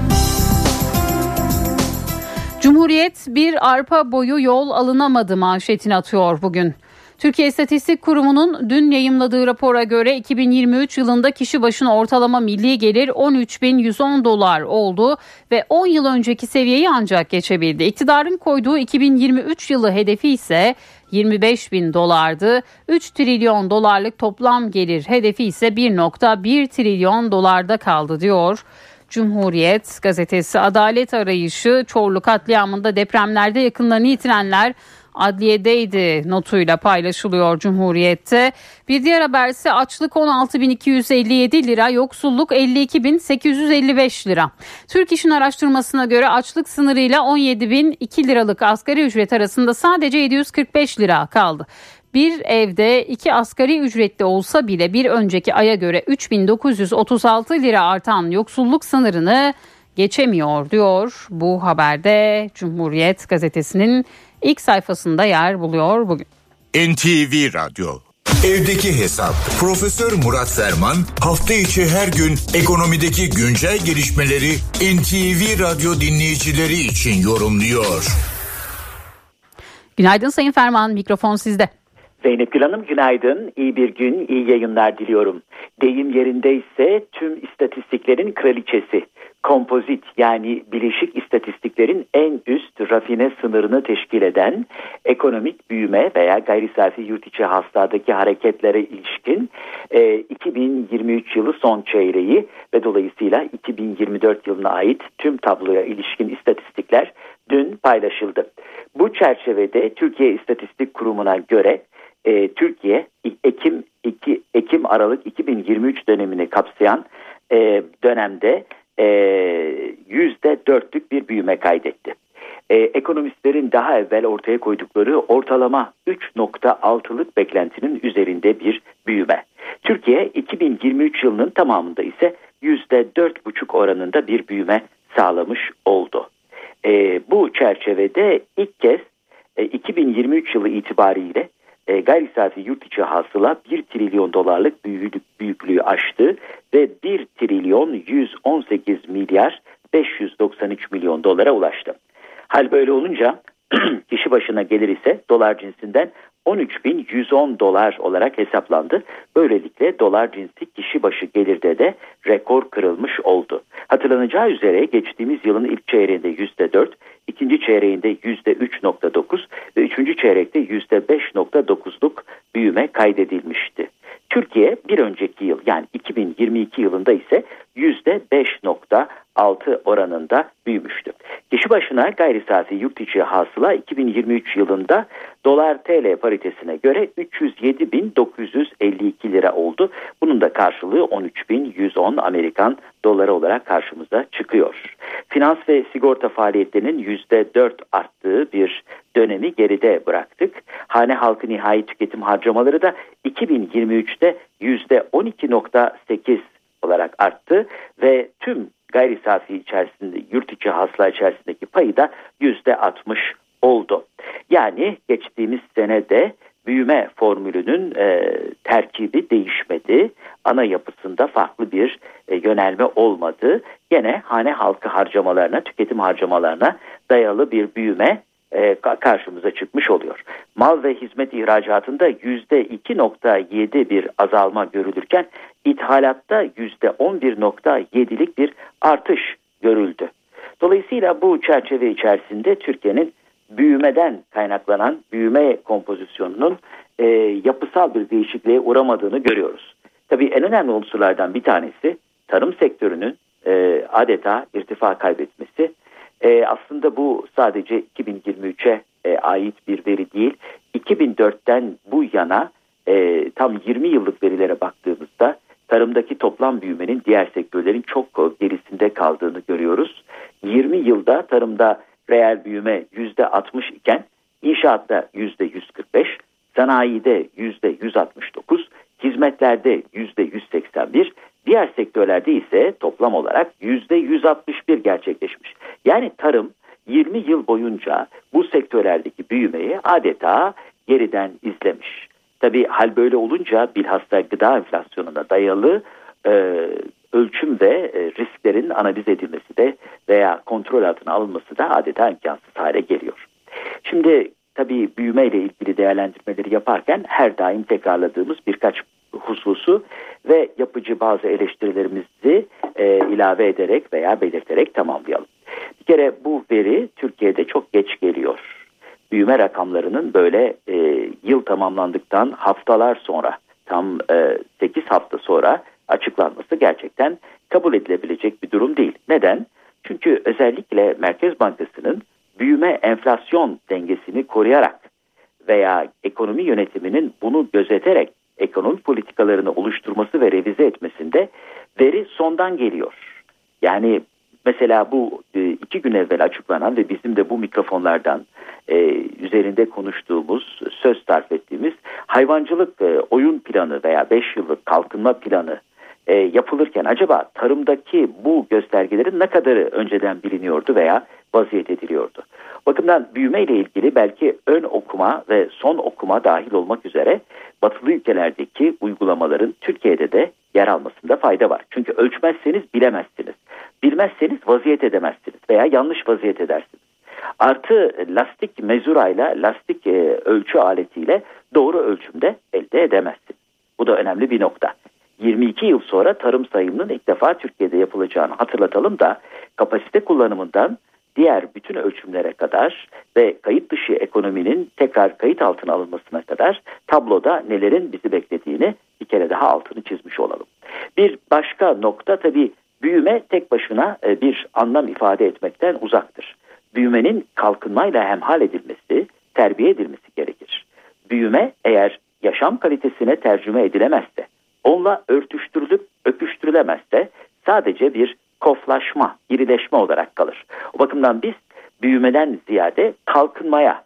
Cumhuriyet bir arpa boyu yol alınamadı manşetini atıyor bugün. Türkiye İstatistik Kurumu'nun dün yayımladığı rapora göre 2023 yılında kişi başına ortalama milli gelir 13.110 dolar oldu ve 10 yıl önceki seviyeyi ancak geçebildi. İktidarın koyduğu 2023 yılı hedefi ise 25.000 dolardı. 3 trilyon dolarlık toplam gelir hedefi ise 1.1 trilyon dolarda kaldı diyor. Cumhuriyet gazetesi. Adalet arayışı Çorlu katliamında depremlerde yakınlarını yitirenler adliyedeydi notuyla paylaşılıyor Cumhuriyet'te. Bir diğer haber ise açlık 16.257 lira, yoksulluk 52.855 lira. Türk İş'in araştırmasına göre açlık sınırıyla 17.002 liralık asgari ücret arasında sadece 745 lira kaldı. Bir evde 2 asgari ücretli olsa bile bir önceki aya göre 3.936 lira artan yoksulluk sınırını geçemiyor diyor. Bu haberde Cumhuriyet gazetesinin ilk sayfasında yer buluyor bugün. NTV Radyo. Evdeki Hesap. Profesör Murat Ferman hafta içi her gün ekonomideki güncel gelişmeleri NTV Radyo dinleyicileri için yorumluyor. Günaydın Sayın Ferman, mikrofon sizde. Zeynep Gül Hanım günaydın, iyi bir gün, iyi yayınlar diliyorum. Deyim yerindeyse tüm istatistiklerin kraliçesi, kompozit yani bileşik istatistiklerin en üst rafine sınırını teşkil eden ekonomik büyüme veya gayri safi yurt içi hasıladaki hareketlere ilişkin 2023 yılı son çeyreği ve dolayısıyla 2024 yılına ait tüm tabloya ilişkin istatistikler dün paylaşıldı. Bu çerçevede Türkiye İstatistik Kurumu'na göre Türkiye Ekim-Aralık 2023 dönemini kapsayan dönemde %4'lük bir büyüme kaydetti. Ekonomistlerin daha evvel ortaya koydukları ortalama 3.6'lık beklentinin üzerinde bir büyüme. Türkiye 2023 yılının tamamında ise %4,5 oranında bir büyüme sağlamış oldu. Bu çerçevede ilk kez 2023 yılı itibariyle gayri safi yurt içi hasıla 1 trilyon dolarlık büyüklüğü aştı ve 1 trilyon 118 milyar 593 milyon dolara ulaştı. Hal böyle olunca kişi başına gelir ise dolar cinsinden 13.110 dolar olarak hesaplandı. Böylelikle dolar cinsi kişi başı gelirde de rekor kırılmış oldu. Hatırlanacağı üzere geçtiğimiz yılın ilk çeyreğinde %4, ikinci çeyreğinde %3.9 ve üçüncü çeyrekte %5.9'luk büyüme kaydedilmişti. Türkiye bir önceki yıl yani 2022 yılında ise %5.6 oranında büyümüştü. Kişi başına gayri safi yurt içi hasıla 2023 yılında dolar TL paritesine göre 307.952 lira oldu. Bunun da karşılığı 13.110 Amerikan doları olarak karşımıza çıkıyor. Finans ve sigorta faaliyetlerinin %4 arttığı bir dönemi geride bıraktık. Hane halkı nihai tüketim harcamaları da 2023'te %12.8 olarak arttı ve tüm gayri safi içerisinde, yurt içi hasıla içerisindeki payı da %60 oldu. Yani geçtiğimiz senede büyüme formülünün terkibi değişmedi. Ana yapısında farklı bir yönelme olmadı. Gene hane halkı harcamalarına, tüketim harcamalarına dayalı bir büyüme karşımıza çıkmış oluyor. Mal ve hizmet ihracatında %2.7 bir azalma görülürken ithalatta %11.7'lik bir artış görüldü. Dolayısıyla bu çerçeve içerisinde Türkiye'nin büyümeden kaynaklanan büyüme kompozisyonunun yapısal bir değişikliğe uğramadığını görüyoruz. Tabii en önemli unsurlardan bir tanesi tarım sektörünün adeta irtifa kaybetmesi. Aslında bu sadece 2023'e ait bir veri değil. 2004'ten bu yana tam 20 yıllık verilere baktığımızda tarımdaki toplam büyümenin diğer sektörlerin çok gerisinde kaldığını görüyoruz. 20 yılda tarımda reel büyüme %60 iken inşaatta %145, sanayide %169, hizmetlerde %181, diğer sektörlerde ise toplam olarak %161 gerçekleşmiş. Yani tarım 20 yıl boyunca bu sektörlerdeki büyümeyi adeta geriden izlemiş. Tabii hal böyle olunca bilhassa gıda enflasyonuna dayalı ölçüm ve risklerin analiz edilmesi de veya kontrol altına alınması da adeta imkansız hale geliyor. Şimdi tabii büyümeyle ilgili değerlendirmeleri yaparken her daim tekrarladığımız birkaç hususu ve yapıcı bazı eleştirilerimizi ilave ederek veya belirterek tamamlayalım. Bir kere bu veri Türkiye'de çok geç geliyor. Büyüme rakamlarının böyle yıl tamamlandıktan haftalar sonra, tam 8 hafta sonra açıklanması gerçekten kabul edilebilecek bir durum değil. Neden? Çünkü özellikle Merkez Bankası'nın büyüme enflasyon dengesini koruyarak veya ekonomi yönetiminin bunu gözeterek ekonomi politikalarını oluşturması ve revize etmesinde veri sondan geliyor. Yani mesela bu 2 gün evvel açıklanan ve bizim de bu mikrofonlardan üzerinde konuştuğumuz, söz sarf ettiğimiz hayvancılık oyun planı veya 5 yıllık kalkınma planı yapılırken acaba tarımdaki bu göstergelerin ne kadarı önceden biliniyordu veya vaziyet ediliyordu? Bakımdan büyüme ile ilgili belki ön okuma ve son okuma dahil olmak üzere batılı ülkelerdeki uygulamaların Türkiye'de de yer almasında fayda var. Çünkü ölçmezseniz bilemezsiniz. Bilmezseniz vaziyet edemezsiniz veya yanlış vaziyet edersiniz. Artı lastik mezurayla, lastik ölçü aletiyle doğru ölçümde elde edemezsiniz. Bu da önemli bir nokta. 22 yıl sonra tarım sayımının ilk defa Türkiye'de yapılacağını hatırlatalım da kapasite kullanımından diğer bütün ölçümlere kadar ve kayıt dışı ekonominin tekrar kayıt altına alınmasına kadar tabloda nelerin bizi beklediğini bir kere daha altını çizmiş olalım. Bir başka nokta tabii büyüme tek başına bir anlam ifade etmekten uzaktır. Büyümenin kalkınmayla hemhal edilmesi, terbiye edilmesi gerekir. Büyüme eğer yaşam kalitesine tercüme edilemezse, onunla örtüştürülüp öpüştürülemezse sadece bir koflaşma, irileşme olarak kalır. O bakımdan biz büyümeden ziyade kalkınmaya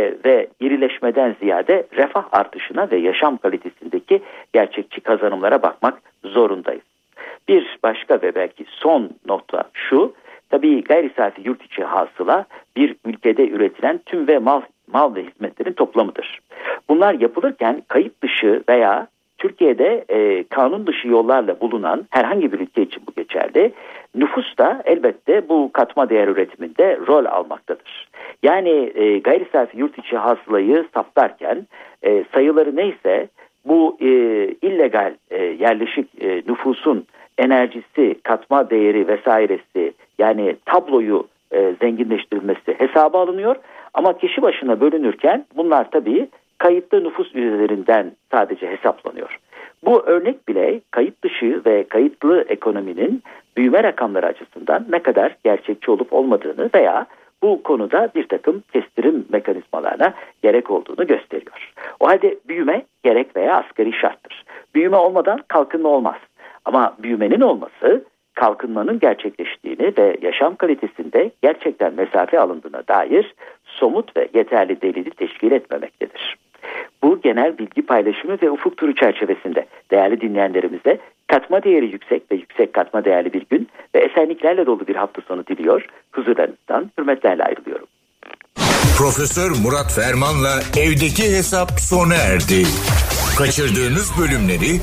ve irileşmeden ziyade refah artışına ve yaşam kalitesindeki gerçekçi kazanımlara bakmak zorundayız. Bir başka ve belki son nokta şu, tabii gayri safi yurt içi hasıla bir ülkede üretilen tüm ve mal ve hizmetlerin toplamıdır. Bunlar yapılırken kayıt dışı veya Türkiye'de kanun dışı yollarla bulunan herhangi bir ülke için bu geçerli. Nüfus da elbette bu katma değer üretiminde rol almaktadır. Yani gayri safi yurt içi hasılayı saptarken sayıları neyse bu illegal yerleşik nüfusun enerjisi, katma değeri vesairesi yani tabloyu zenginleştirilmesi hesaba alınıyor. Ama kişi başına bölünürken bunlar tabii kayıtlı nüfus üzerinden sadece hesaplanıyor. Bu örnek bile kayıt dışı ve kayıtlı ekonominin büyüme rakamları açısından ne kadar gerçekçi olup olmadığını veya bu konuda bir takım kestirim mekanizmalarına gerek olduğunu gösteriyor. O halde büyüme gerek veya asgari şarttır. Büyüme olmadan kalkınma olmaz. Ama büyümenin olması kalkınmanın gerçekleştiğini ve yaşam kalitesinde gerçekten mesafe alındığına dair somut ve yeterli delili teşkil etmemektedir. Bu genel bilgi paylaşımı ve ufuk turu çerçevesinde değerli dinleyenlerimize katma değeri yüksek ve yüksek katma değerli bir gün ve esenliklerle dolu bir hafta sonu diliyor. Huzurlarınızdan hürmetlerle ayrılıyorum. Profesör Murat Ferman'la evdeki hesap sona erdi. Kaçırdığınız bölümleri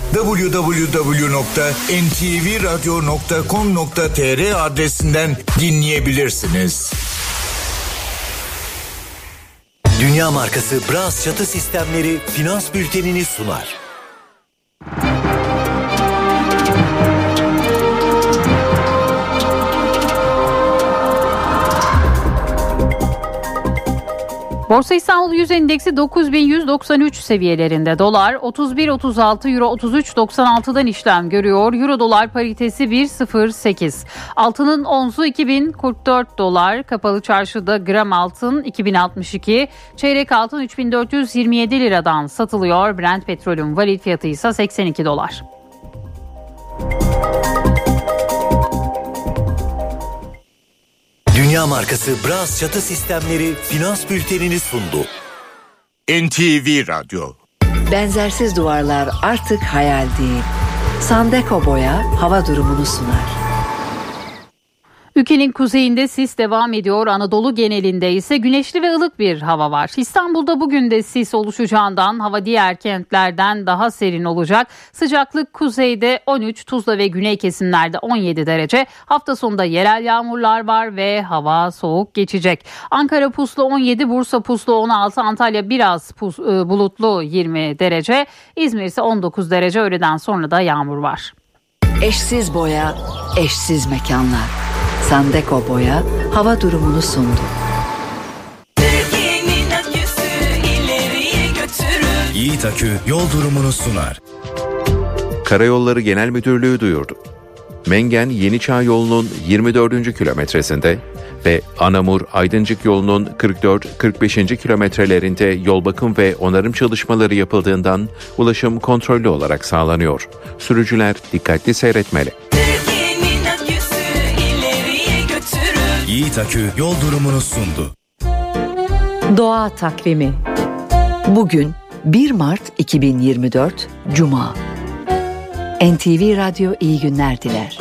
www.ntvradio.com.tr adresinden dinleyebilirsiniz. Dünya markası Bras Çatı Sistemleri finans bültenini sunar. Borsa İstanbul Yüz Endeksi 9193 seviyelerinde. Dolar 31.36, Euro 33.96'dan işlem görüyor. Euro dolar paritesi 1.08. Altının onzu 2044 dolar. Kapalı çarşıda gram altın 2062. Çeyrek altın 3427 liradan satılıyor. Brent petrolün varil fiyatı ise 82 dolar. Dünya markası Bras Çatı Sistemleri finans bültenini sundu. NTV Radyo. Benzersiz duvarlar artık hayal değil. Sandeko Boya hava durumunu sunar. Ülkenin kuzeyinde sis devam ediyor. Anadolu genelinde ise güneşli ve ılık bir hava var. İstanbul'da bugün de sis oluşacağından hava diğer kentlerden daha serin olacak. Sıcaklık kuzeyde 13, Tuzla ve güney kesimlerde 17 derece. Hafta sonunda yerel yağmurlar var ve hava soğuk geçecek. Ankara puslu 17, Bursa puslu 16, Antalya biraz bulutlu 20 derece. İzmir ise 19 derece. Öğleden sonra da yağmur var. Eşsiz boya, eşsiz mekanlar. Sandeko Boya hava durumunu sundu. Yiğit Akü yol durumunu sunar. Karayolları Genel Müdürlüğü duyurdu. Mengen Yeniçağ yolunun 24. kilometresinde ve Anamur-Aydıncık yolunun 44-45. kilometrelerinde yol bakım ve onarım çalışmaları yapıldığından ulaşım kontrollü olarak sağlanıyor. Sürücüler dikkatli seyretmeli. Yiğit Akü yol durumunu sundu. Doğa takvimi. Bugün 1 Mart 2024 Cuma. NTV Radyo iyi günler diler.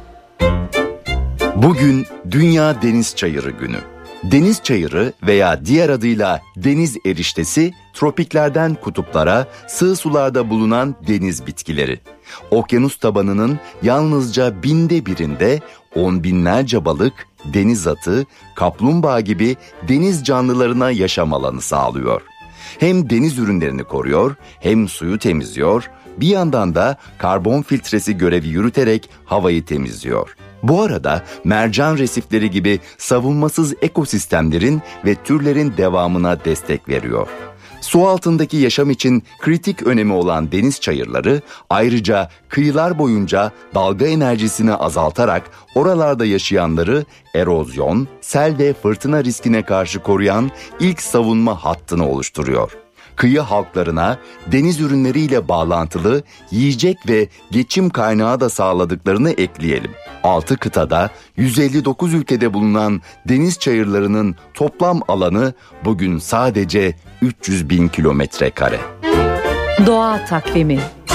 Bugün Dünya Deniz Çayırı Günü. Deniz çayırı veya diğer adıyla deniz eriştesi, tropiklerden kutuplara, sığ sularda bulunan deniz bitkileri. Okyanus tabanının yalnızca 1/1000'inde on binlerce balık, deniz atı, kaplumbağa gibi deniz canlılarına yaşam alanı sağlıyor. Hem deniz ürünlerini koruyor, hem suyu temizliyor, bir yandan da karbon filtresi görevi yürüterek havayı temizliyor. Bu arada mercan resifleri gibi savunmasız ekosistemlerin ve türlerin devamına destek veriyor. Su altındaki yaşam için kritik önemi olan deniz çayırları ayrıca kıyılar boyunca dalga enerjisini azaltarak oralarda yaşayanları erozyon, sel ve fırtına riskine karşı koruyan ilk savunma hattını oluşturuyor. Kıyı halklarına deniz ürünleriyle bağlantılı yiyecek ve geçim kaynağı da sağladıklarını ekleyelim. 6 kıtada 159 ülkede bulunan deniz çayırlarının toplam alanı bugün sadece 300.000 kilometrekare. Doğa takvimi.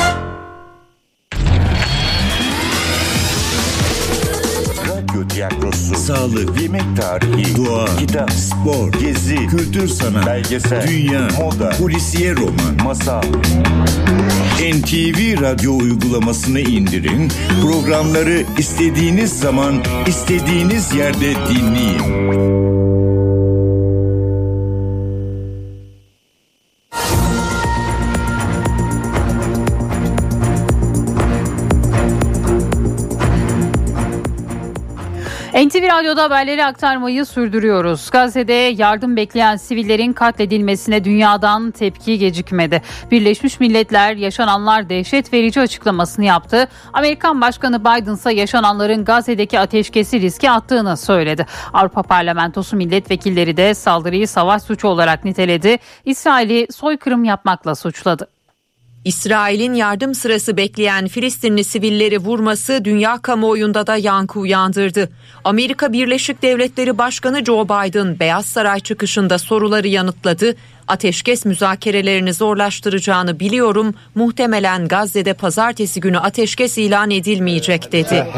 Radyo tiyatrosu, sağlık, yemek tarihi, doğa, kitap, spor, gezi, kültür sanat, belgesel, dünya, moda, polisiye roman, masal. NTV Radyo uygulamasını indirin, programları istediğiniz zaman, istediğiniz yerde dinleyin. NTV Radyo'da haberleri aktarmayı sürdürüyoruz. Gazze'de yardım bekleyen sivillerin katledilmesine dünyadan tepki gecikmedi. Birleşmiş Milletler yaşananlar dehşet verici açıklamasını yaptı. Amerikan Başkanı Biden ise yaşananların Gazze'deki ateşkesi riske attığını söyledi. Avrupa Parlamentosu milletvekilleri de saldırıyı savaş suçu olarak niteledi. İsrail'i soykırım yapmakla suçladı. İsrail'in yardım sırası bekleyen Filistinli sivilleri vurması dünya kamuoyunda da yankı uyandırdı. Amerika Birleşik Devletleri Başkanı Joe Biden Beyaz Saray çıkışında soruları yanıtladı. Ateşkes müzakerelerini zorlaştıracağını biliyorum. Muhtemelen Gazze'de pazartesi günü ateşkes ilan edilmeyecek dedi.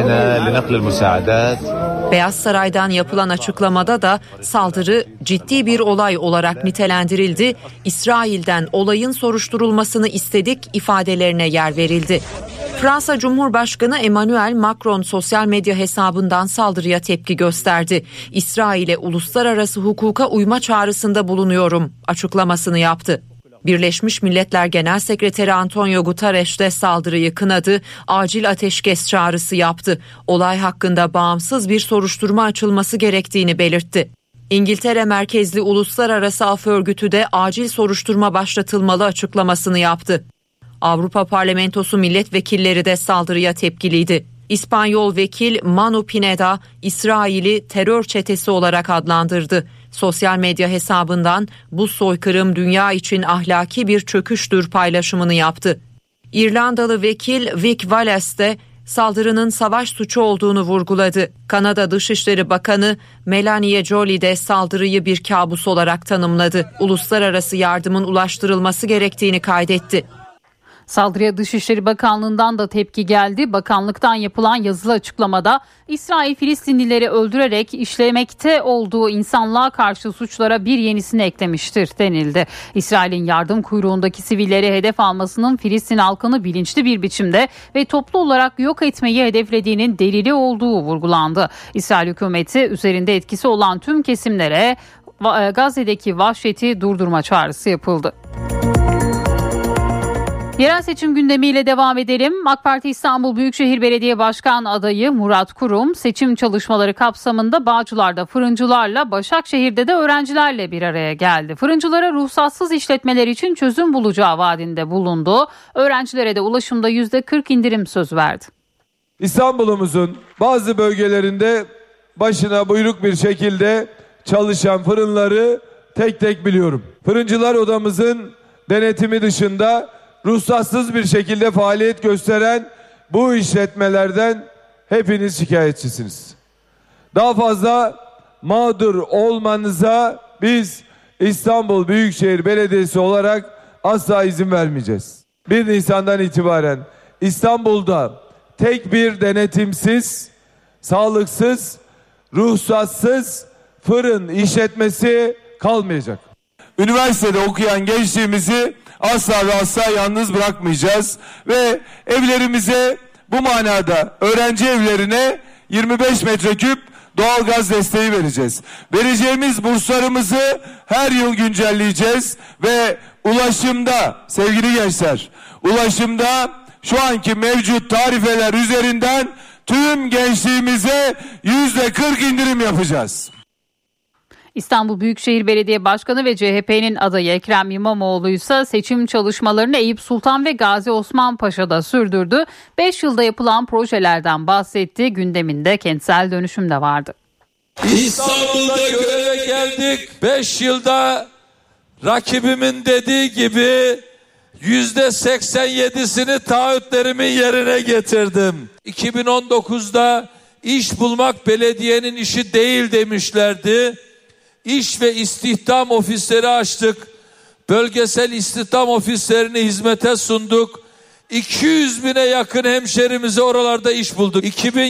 Beyaz Saray'dan yapılan açıklamada da saldırı ciddi bir olay olarak nitelendirildi. İsrail'den olayın soruşturulmasını istedik ifadelerine yer verildi. Fransa Cumhurbaşkanı Emmanuel Macron sosyal medya hesabından saldırıya tepki gösterdi. İsrail'e uluslararası hukuka uyma çağrısında bulunuyorum açıklamasını yaptı. Birleşmiş Milletler Genel Sekreteri Antonio Guterres de saldırıyı kınadı, acil ateşkes çağrısı yaptı. Olay hakkında bağımsız bir soruşturma açılması gerektiğini belirtti. İngiltere merkezli Uluslararası Af Örgütü de acil soruşturma başlatılmalı açıklamasını yaptı. Avrupa Parlamentosu milletvekilleri de saldırıya tepkiliydi. İspanyol vekil Manu Pineda, İsrail'i terör çetesi olarak adlandırdı. Sosyal medya hesabından bu soykırım dünya için ahlaki bir çöküştür paylaşımını yaptı. İrlandalı vekil Vic Wallace de saldırının savaş suçu olduğunu vurguladı. Kanada Dışişleri Bakanı Melanie Joly de saldırıyı bir kabus olarak tanımladı. Uluslararası yardımın ulaştırılması gerektiğini kaydetti. Saldırıya Dışişleri Bakanlığı'ndan da tepki geldi. Bakanlıktan yapılan yazılı açıklamada İsrail Filistinlileri öldürerek işlemekte olduğu insanlığa karşı suçlara bir yenisini eklemiştir denildi. İsrail'in yardım kuyruğundaki sivilleri hedef almasının Filistin halkını bilinçli bir biçimde ve toplu olarak yok etmeyi hedeflediğinin delili olduğu vurgulandı. İsrail hükümeti üzerinde etkisi olan tüm kesimlere Gazze'deki vahşeti durdurma çağrısı yapıldı. Yerel seçim gündemiyle devam edelim. AK Parti İstanbul Büyükşehir Belediye Başkan adayı Murat Kurum seçim çalışmaları kapsamında Bağcılar'da fırıncılarla, Başakşehir'de de öğrencilerle bir araya geldi. Fırıncılara ruhsatsız işletmeler için çözüm bulacağı vaadinde bulundu. Öğrencilere de ulaşımda %40 indirim söz verdi. İstanbul'umuzun bazı bölgelerinde başına buyruk bir şekilde çalışan fırınları tek tek biliyorum. Fırıncılar odamızın denetimi dışında ruhsatsız bir şekilde faaliyet gösteren bu işletmelerden hepiniz şikayetçisiniz. Daha fazla mağdur olmanıza biz İstanbul Büyükşehir Belediyesi olarak asla izin vermeyeceğiz. 1 Nisan'dan itibaren İstanbul'da tek bir denetimsiz, sağlıksız, ruhsatsız fırın işletmesi kalmayacak. Üniversitede okuyan gençliğimizi asla ve asla yalnız bırakmayacağız ve evlerimize bu manada öğrenci evlerine 25 metreküp doğalgaz desteği vereceğiz. Vereceğimiz burslarımızı her yıl güncelleyeceğiz ve ulaşımda sevgili gençler, ulaşımda şu anki mevcut tarifeler üzerinden tüm gençliğimize %40 indirim yapacağız. İstanbul Büyükşehir Belediye Başkanı ve CHP'nin adayı Ekrem İmamoğlu ise seçim çalışmalarını Eyüp Sultan ve Gazi Osman Paşa'da sürdürdü. 5 yılda yapılan projelerden bahsetti. Gündeminde kentsel dönüşüm de vardı. İstanbul'da göreve geldik. 5 yılda rakibimin dediği gibi %87'sini taahhütlerimin yerine getirdim. 2019'da iş bulmak belediyenin işi değil demişlerdi. İş ve istihdam ofisleri açtık. Bölgesel istihdam ofislerini hizmete sunduk. 200 bine yakın hemşerimize oralarda iş bulduk.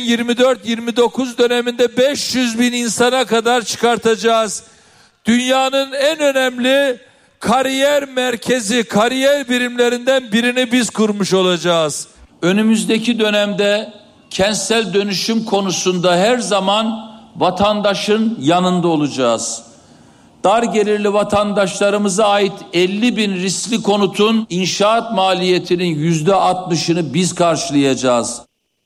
2024-29 döneminde 500 bin insana kadar çıkartacağız. Dünyanın en önemli kariyer merkezi, kariyer birimlerinden birini biz kurmuş olacağız. Önümüzdeki dönemde kentsel dönüşüm konusunda her zaman vatandaşın yanında olacağız. Dar gelirli vatandaşlarımıza ait 50 bin riskli konutun inşaat maliyetinin %60'ını biz karşılayacağız.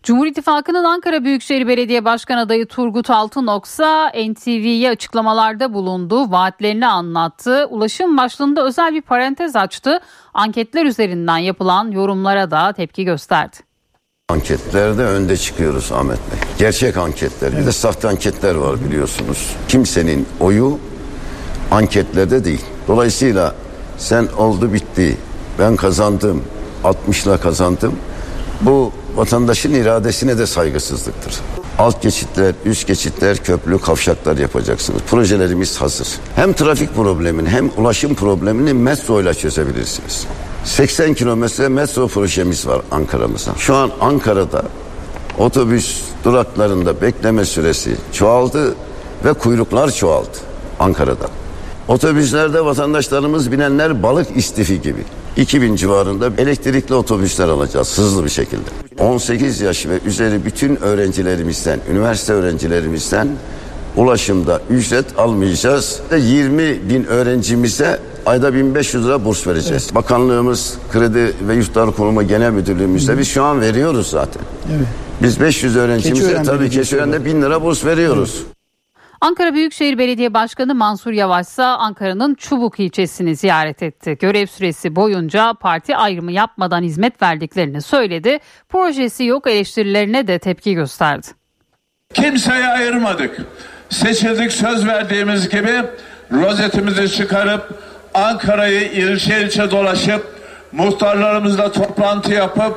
Cumhur İttifakı'nın Ankara Büyükşehir Belediye Başkan adayı Turgut Altınoksa NTV'ye açıklamalarda bulundu, vaatlerini anlattı. Ulaşım başlığında özel bir parantez açtı. Anketler üzerinden yapılan yorumlara da tepki gösterdi. Anketlerde önde çıkıyoruz Ahmet Bey. Gerçek anketler, bir de sahte anketler var biliyorsunuz. Kimsenin oyu anketlerde değil. Dolayısıyla sen oldu bitti, ben kazandım, 60'la kazandım. Bu vatandaşın iradesine de saygısızlıktır. Alt geçitler, üst geçitler, köprü, kavşaklar yapacaksınız. Projelerimiz hazır. Hem trafik problemini hem ulaşım problemini metro ile çözebilirsiniz. 80 kilometre metro projemiz var Ankara'mıza. Şu an Ankara'da otobüs duraklarında bekleme süresi çoğaldı ve kuyruklar çoğaldı Ankara'da. Otobüslerde vatandaşlarımız binenler balık istifi gibi. 2000 civarında elektrikli otobüsler alacağız hızlı bir şekilde. 18 yaş ve üzeri bütün öğrencilerimizden, üniversite öğrencilerimizden ulaşımda ücret almayacağız. 20 bin öğrencimize ayda 1500 lira burs vereceğiz. Evet. Bakanlığımız, Kredi ve Yurtlar Kurumu Genel Müdürlüğümüzde biz şu an veriyoruz zaten. Evet. Biz 500 öğrencimize tabii Keçiören'de 1000 lira burs veriyoruz. Evet. Ankara Büyükşehir Belediye Başkanı Mansur Yavaş ise Ankara'nın Çubuk ilçesini ziyaret etti. Görev süresi boyunca parti ayrımı yapmadan hizmet verdiklerini söyledi. Projesi yok eleştirilerine de tepki gösterdi. Kimseyi ayırmadık. Seçildik, söz verdiğimiz gibi rozetimizi çıkarıp Ankara'yı ilçe ilçe dolaşıp muhtarlarımızla toplantı yapıp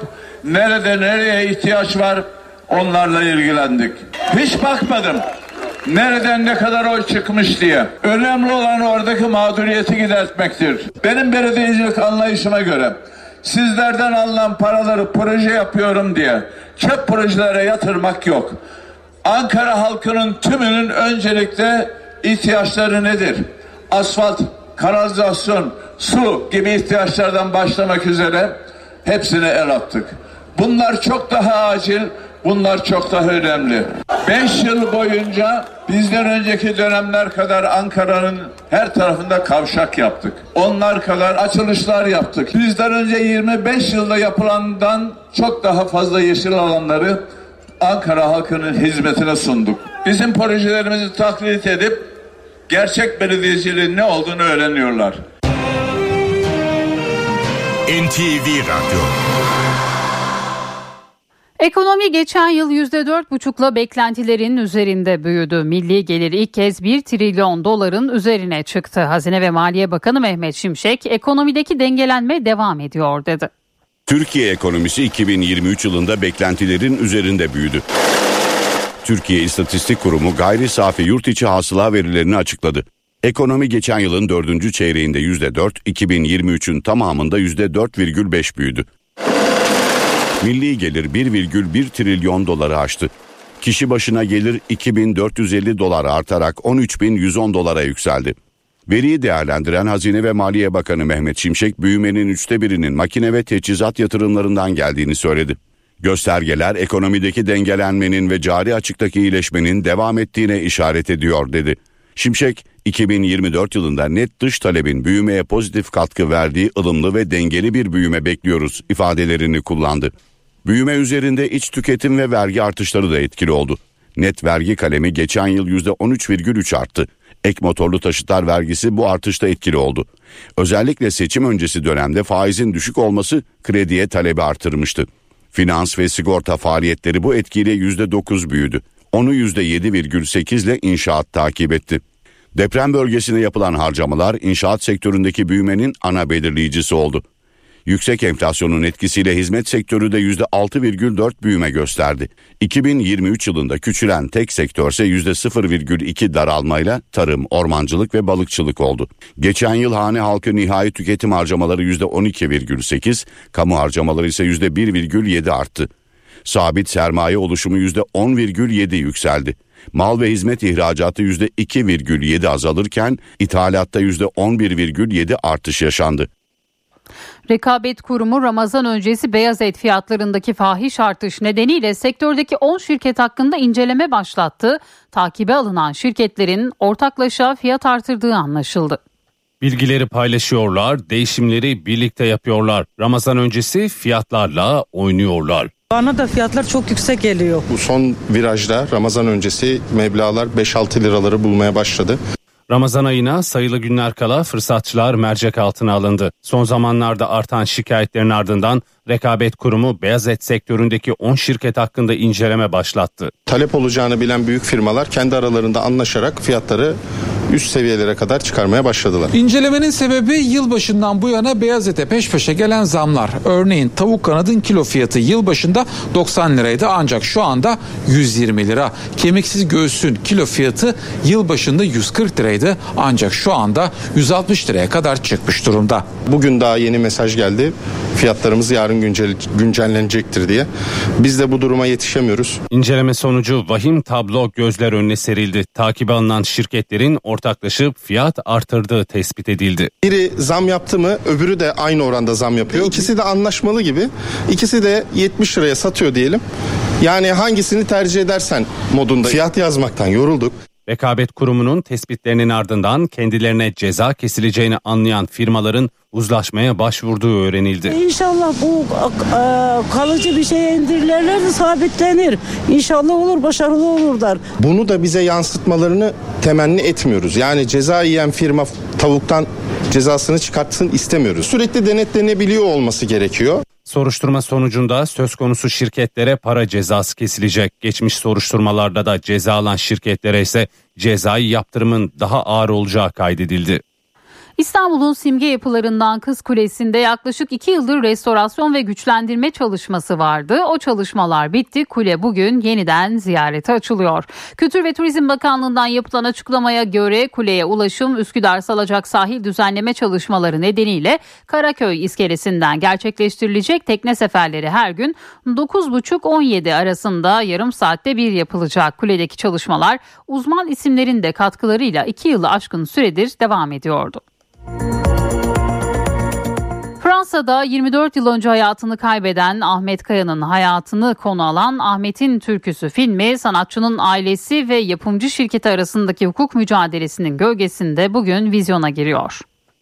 nereye ihtiyaç var onlarla ilgilendik. Hiç bakmadım nereden ne kadar oy çıkmış diye. Önemli olan oradaki mağduriyeti gidertmektir. Benim belediyecilik anlayışıma göre sizlerden alınan paraları proje yapıyorum diye çöp projelere yatırmak yok. Ankara halkının tümünün öncelikle ihtiyaçları nedir? Asfalt, kanalizasyon, su gibi ihtiyaçlardan başlamak üzere hepsine el attık. Bunlar çok daha acil, bunlar çok daha önemli. 5 yıl boyunca bizden önceki dönemler kadar Ankara'nın her tarafında kavşak yaptık. Onlar kadar açılışlar yaptık. Bizden önce 25 yılda yapılandan çok daha fazla yeşil alanları Ankara halkının hizmetine sunduk. Bizim projelerimizi taklit edip gerçek belediyeciliğin ne olduğunu öğreniyorlar. NTV Radyo. Ekonomi geçen yıl %4,5'la beklentilerin üzerinde büyüdü. Milli gelir ilk kez 1 trilyon doların üzerine çıktı. Hazine ve Maliye Bakanı Mehmet Şimşek, ekonomideki dengelenme devam ediyor dedi. Türkiye ekonomisi 2023 yılında beklentilerin üzerinde büyüdü. Türkiye İstatistik Kurumu gayri safi yurt içi hasıla verilerini açıkladı. Ekonomi geçen yılın 4. çeyreğinde %4, 2023'ün tamamında %4,5 büyüdü. Milli gelir 1,1 trilyon doları aştı. Kişi başına gelir 2.450 dolar artarak 13.110 dolara yükseldi. Veriyi değerlendiren Hazine ve Maliye Bakanı Mehmet Şimşek, büyümenin 1/3'inin makine ve teçhizat yatırımlarından geldiğini söyledi. Göstergeler ekonomideki dengelenmenin ve cari açıktaki iyileşmenin devam ettiğine işaret ediyor dedi. Şimşek, 2024 yılında net dış talebin büyümeye pozitif katkı verdiği ılımlı ve dengeli bir büyüme bekliyoruz ifadelerini kullandı. Büyüme üzerinde iç tüketim ve vergi artışları da etkili oldu. Net vergi kalemi geçen yıl %13,3 arttı. Ek motorlu taşıtlar vergisi bu artışta etkili oldu. Özellikle seçim öncesi dönemde faizin düşük olması krediye talebi artırmıştı. Finans ve sigorta faaliyetleri bu etkiyle %9 büyüdü. Onu %7,8 ile inşaat takip etti. Deprem bölgesinde yapılan harcamalar inşaat sektöründeki büyümenin ana belirleyicisi oldu. Yüksek enflasyonun etkisiyle hizmet sektörü de %6,4 büyüme gösterdi. 2023 yılında küçülen tek sektörse %0,2 daralmayla tarım, ormancılık ve balıkçılık oldu. Geçen yıl hane halkı nihai tüketim harcamaları %12,8, kamu harcamaları ise %1,7 arttı. Sabit sermaye oluşumu %10,7 yükseldi. Mal ve hizmet ihracatı %2,7 azalırken ithalatta %11,7 artış yaşandı. Rekabet Kurumu Ramazan öncesi beyaz et fiyatlarındaki fahiş artış nedeniyle sektördeki 10 şirket hakkında inceleme başlattı. Takibe alınan şirketlerin ortaklaşa fiyat artırdığı anlaşıldı. Bilgileri paylaşıyorlar, değişimleri birlikte yapıyorlar. Ramazan öncesi fiyatlarla oynuyorlar. Bana da fiyatlar çok yüksek geliyor. Bu son virajda Ramazan öncesi meblağlar 5-6 liraları bulmaya başladı. Ramazan ayına sayılı günler kala fırsatçılar mercek altına alındı. Son zamanlarda artan şikayetlerin ardından Rekabet Kurumu beyaz et sektöründeki 10 şirket hakkında inceleme başlattı. Talep olacağını bilen büyük firmalar kendi aralarında anlaşarak fiyatları üst seviyelere kadar çıkarmaya başladılar. İncelemenin sebebi yılbaşından bu yana beyaz ete peş peşe gelen zamlar. Örneğin tavuk kanadın kilo fiyatı yılbaşında 90 liraydı ancak şu anda 120 lira. Kemiksiz göğsün kilo fiyatı yılbaşında 140 liraydı ancak şu anda 160 liraya kadar çıkmış durumda. Bugün daha yeni mesaj geldi. Fiyatlarımız yarın güncellenecektir diye. Biz de bu duruma yetişemiyoruz. İnceleme sonucu vahim tablo gözler önüne serildi. Takibe alınan şirketlerin ortaklaşıp fiyat artırdığı tespit edildi. Biri zam yaptı mı öbürü de aynı oranda zam yapıyor. İkisi de anlaşmalı gibi. İkisi de 70 liraya satıyor diyelim. Yani hangisini tercih edersen modunda fiyat yazmaktan yorulduk. Rekabet Kurumu'nun tespitlerinin ardından kendilerine ceza kesileceğini anlayan firmaların uzlaşmaya başvurduğu öğrenildi. İnşallah bu kalıcı bir şeye indirirler de sabitlenir. İnşallah olur, başarılı olurlar. Bunu da bize yansıtmalarını temenni etmiyoruz. Yani ceza yiyen firma tavuktan cezasını çıkartsın istemiyoruz. Sürekli denetlenebiliyor olması gerekiyor. Soruşturma sonucunda söz konusu şirketlere para cezası kesilecek. Geçmiş soruşturmalarda da ceza alan şirketlere ise cezai yaptırımın daha ağır olacağı kaydedildi. İstanbul'un simge yapılarından Kız Kulesi'nde yaklaşık 2 yıldır restorasyon ve güçlendirme çalışması vardı. O çalışmalar bitti. Kule bugün yeniden ziyarete açılıyor. Kültür ve Turizm Bakanlığı'ndan yapılan açıklamaya göre kuleye ulaşım Üsküdar Salacak sahil düzenleme çalışmaları nedeniyle Karaköy iskelesinden gerçekleştirilecek. Tekne seferleri her gün 9.30-17 arasında yarım saatte bir yapılacak. Kuledeki çalışmalar uzman isimlerin de katkılarıyla 2 yılı aşkın süredir devam ediyordu. Fransa'da 24 yıl önce hayatını kaybeden Ahmet Kaya'nın hayatını konu alan Ahmet'in Türküsü filmi sanatçının ailesi ve yapımcı şirketi arasındaki hukuk mücadelesinin gölgesinde bugün vizyona giriyor.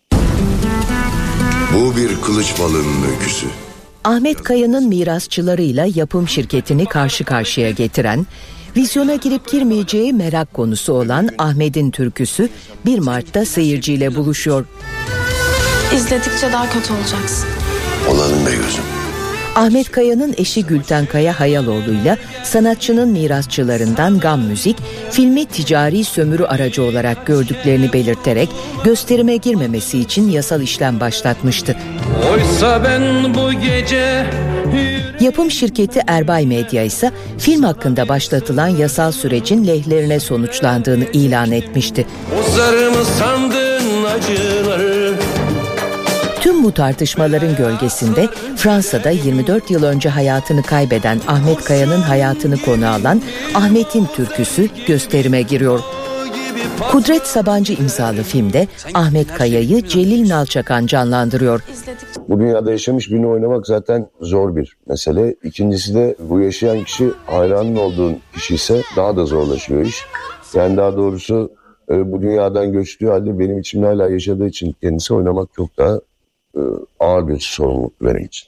Bu bir kılıç balığının öyküsü. Ahmet Kaya'nın mirasçılarıyla yapım şirketini karşı karşıya getiren, vizyona girip girmeyeceği merak konusu olan Ahmet'in Türküsü 1 Mart'ta seyirciyle buluşuyor. İzledikçe daha kötü olacaksın. Olalım be gözüm. Ahmet Kaya'nın eşi Gülten Kaya Hayaloğlu'yla sanatçının mirasçılarından Gam Müzik, filmi ticari sömürü aracı olarak gördüklerini belirterek gösterime girmemesi için yasal işlem başlatmıştı. Oysa ben bu gece... Yapım şirketi Erbay Medya ise film hakkında başlatılan yasal sürecin lehlerine sonuçlandığını ilan etmişti. Bozarımı sandın acıları. Tüm bu tartışmaların gölgesinde Fransa'da 24 yıl önce hayatını kaybeden Ahmet Kaya'nın hayatını konu alan Ahmet'in Türküsü gösterime giriyor. Kudret Sabancı imzalı filmde Ahmet Kaya'yı Celil Nalçakan canlandırıyor. Bu dünyada yaşamış birini oynamak zaten zor bir mesele. İkincisi de bu yaşayan kişi hayranın olduğun kişi ise daha da zorlaşıyor iş. Yani daha doğrusu bu dünyadan göçtüğü halde benim içimde hala yaşadığı için kendisi oynamak çok daha ağır bir sorumluluk benim için.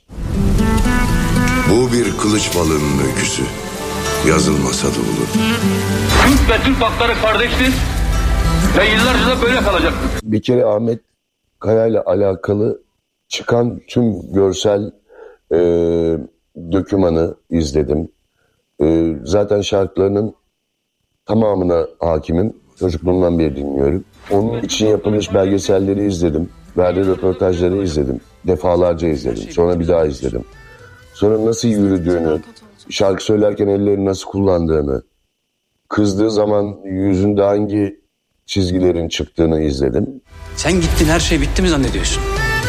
Bu bir kılıç balığının öyküsü. Yazılmasa da olur. Türk ve Türk halkları kardeştir ve yıllarca da böyle kalacak. Bir kere Ahmet Kaya ile alakalı çıkan tüm görsel dokümanı izledim. Zaten şarkılarının tamamına hakimim. Çocukluğumdan beri dinliyorum. Onun için yapılmış belgeselleri izledim. Verdiği röportajları izledim. Defalarca izledim. Sonra bir daha izledim. Sonra nasıl yürüdüğünü, şarkı söylerken ellerini nasıl kullandığını, kızdığı zaman yüzünde hangi çizgilerin çıktığını izledim. Sen gittin, her şey bitti mi zannediyorsun?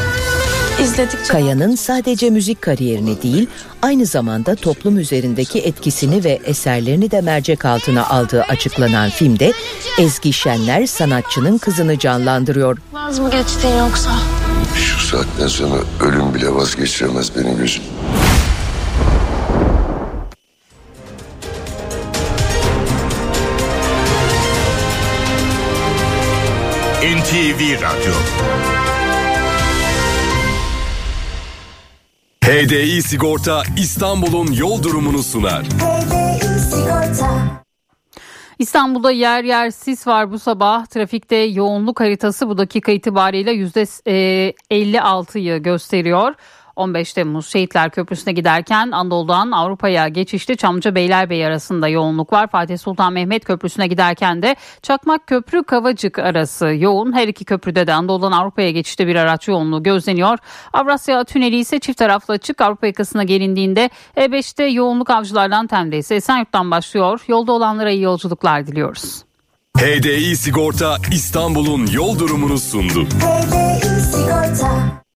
Kaya'nın sadece müzik kariyerini değil, aynı zamanda toplum üzerindeki etkisini ve eserlerini de mercek altına aldığı açıklanan filmde Ezgi Şenler sanatçının kızını canlandırıyor. Vaz mı geçtin yoksa? Şu saatten sonra ölüm bile vazgeçiremez benim gözüm. NTV Radyo. HDI Sigorta İstanbul'un yol durumunu sunar. İstanbul'da yer yer sis var bu sabah. Trafikte yoğunluk haritası bu dakika itibariyle %56'yı gösteriyor. 15 Temmuz Şehitler Köprüsü'ne giderken Anadolu'dan Avrupa'ya geçişte Çamlıca Beylerbeyi arasında yoğunluk var. Fatih Sultan Mehmet Köprüsü'ne giderken de Çakmak Köprü Kavacık arası yoğun. Her iki köprüde de Anadolu'dan Avrupa'ya geçişte bir araç yoğunluğu gözleniyor. Avrasya Tüneli ise çift taraflı açık. Avrupa yakasına gelindiğinde E5'te yoğunluk Avcılar'dan Tem'de ise Esenyurt'tan başlıyor. Yolda olanlara iyi yolculuklar diliyoruz. HDI Sigorta İstanbul'un yol durumunu sundu.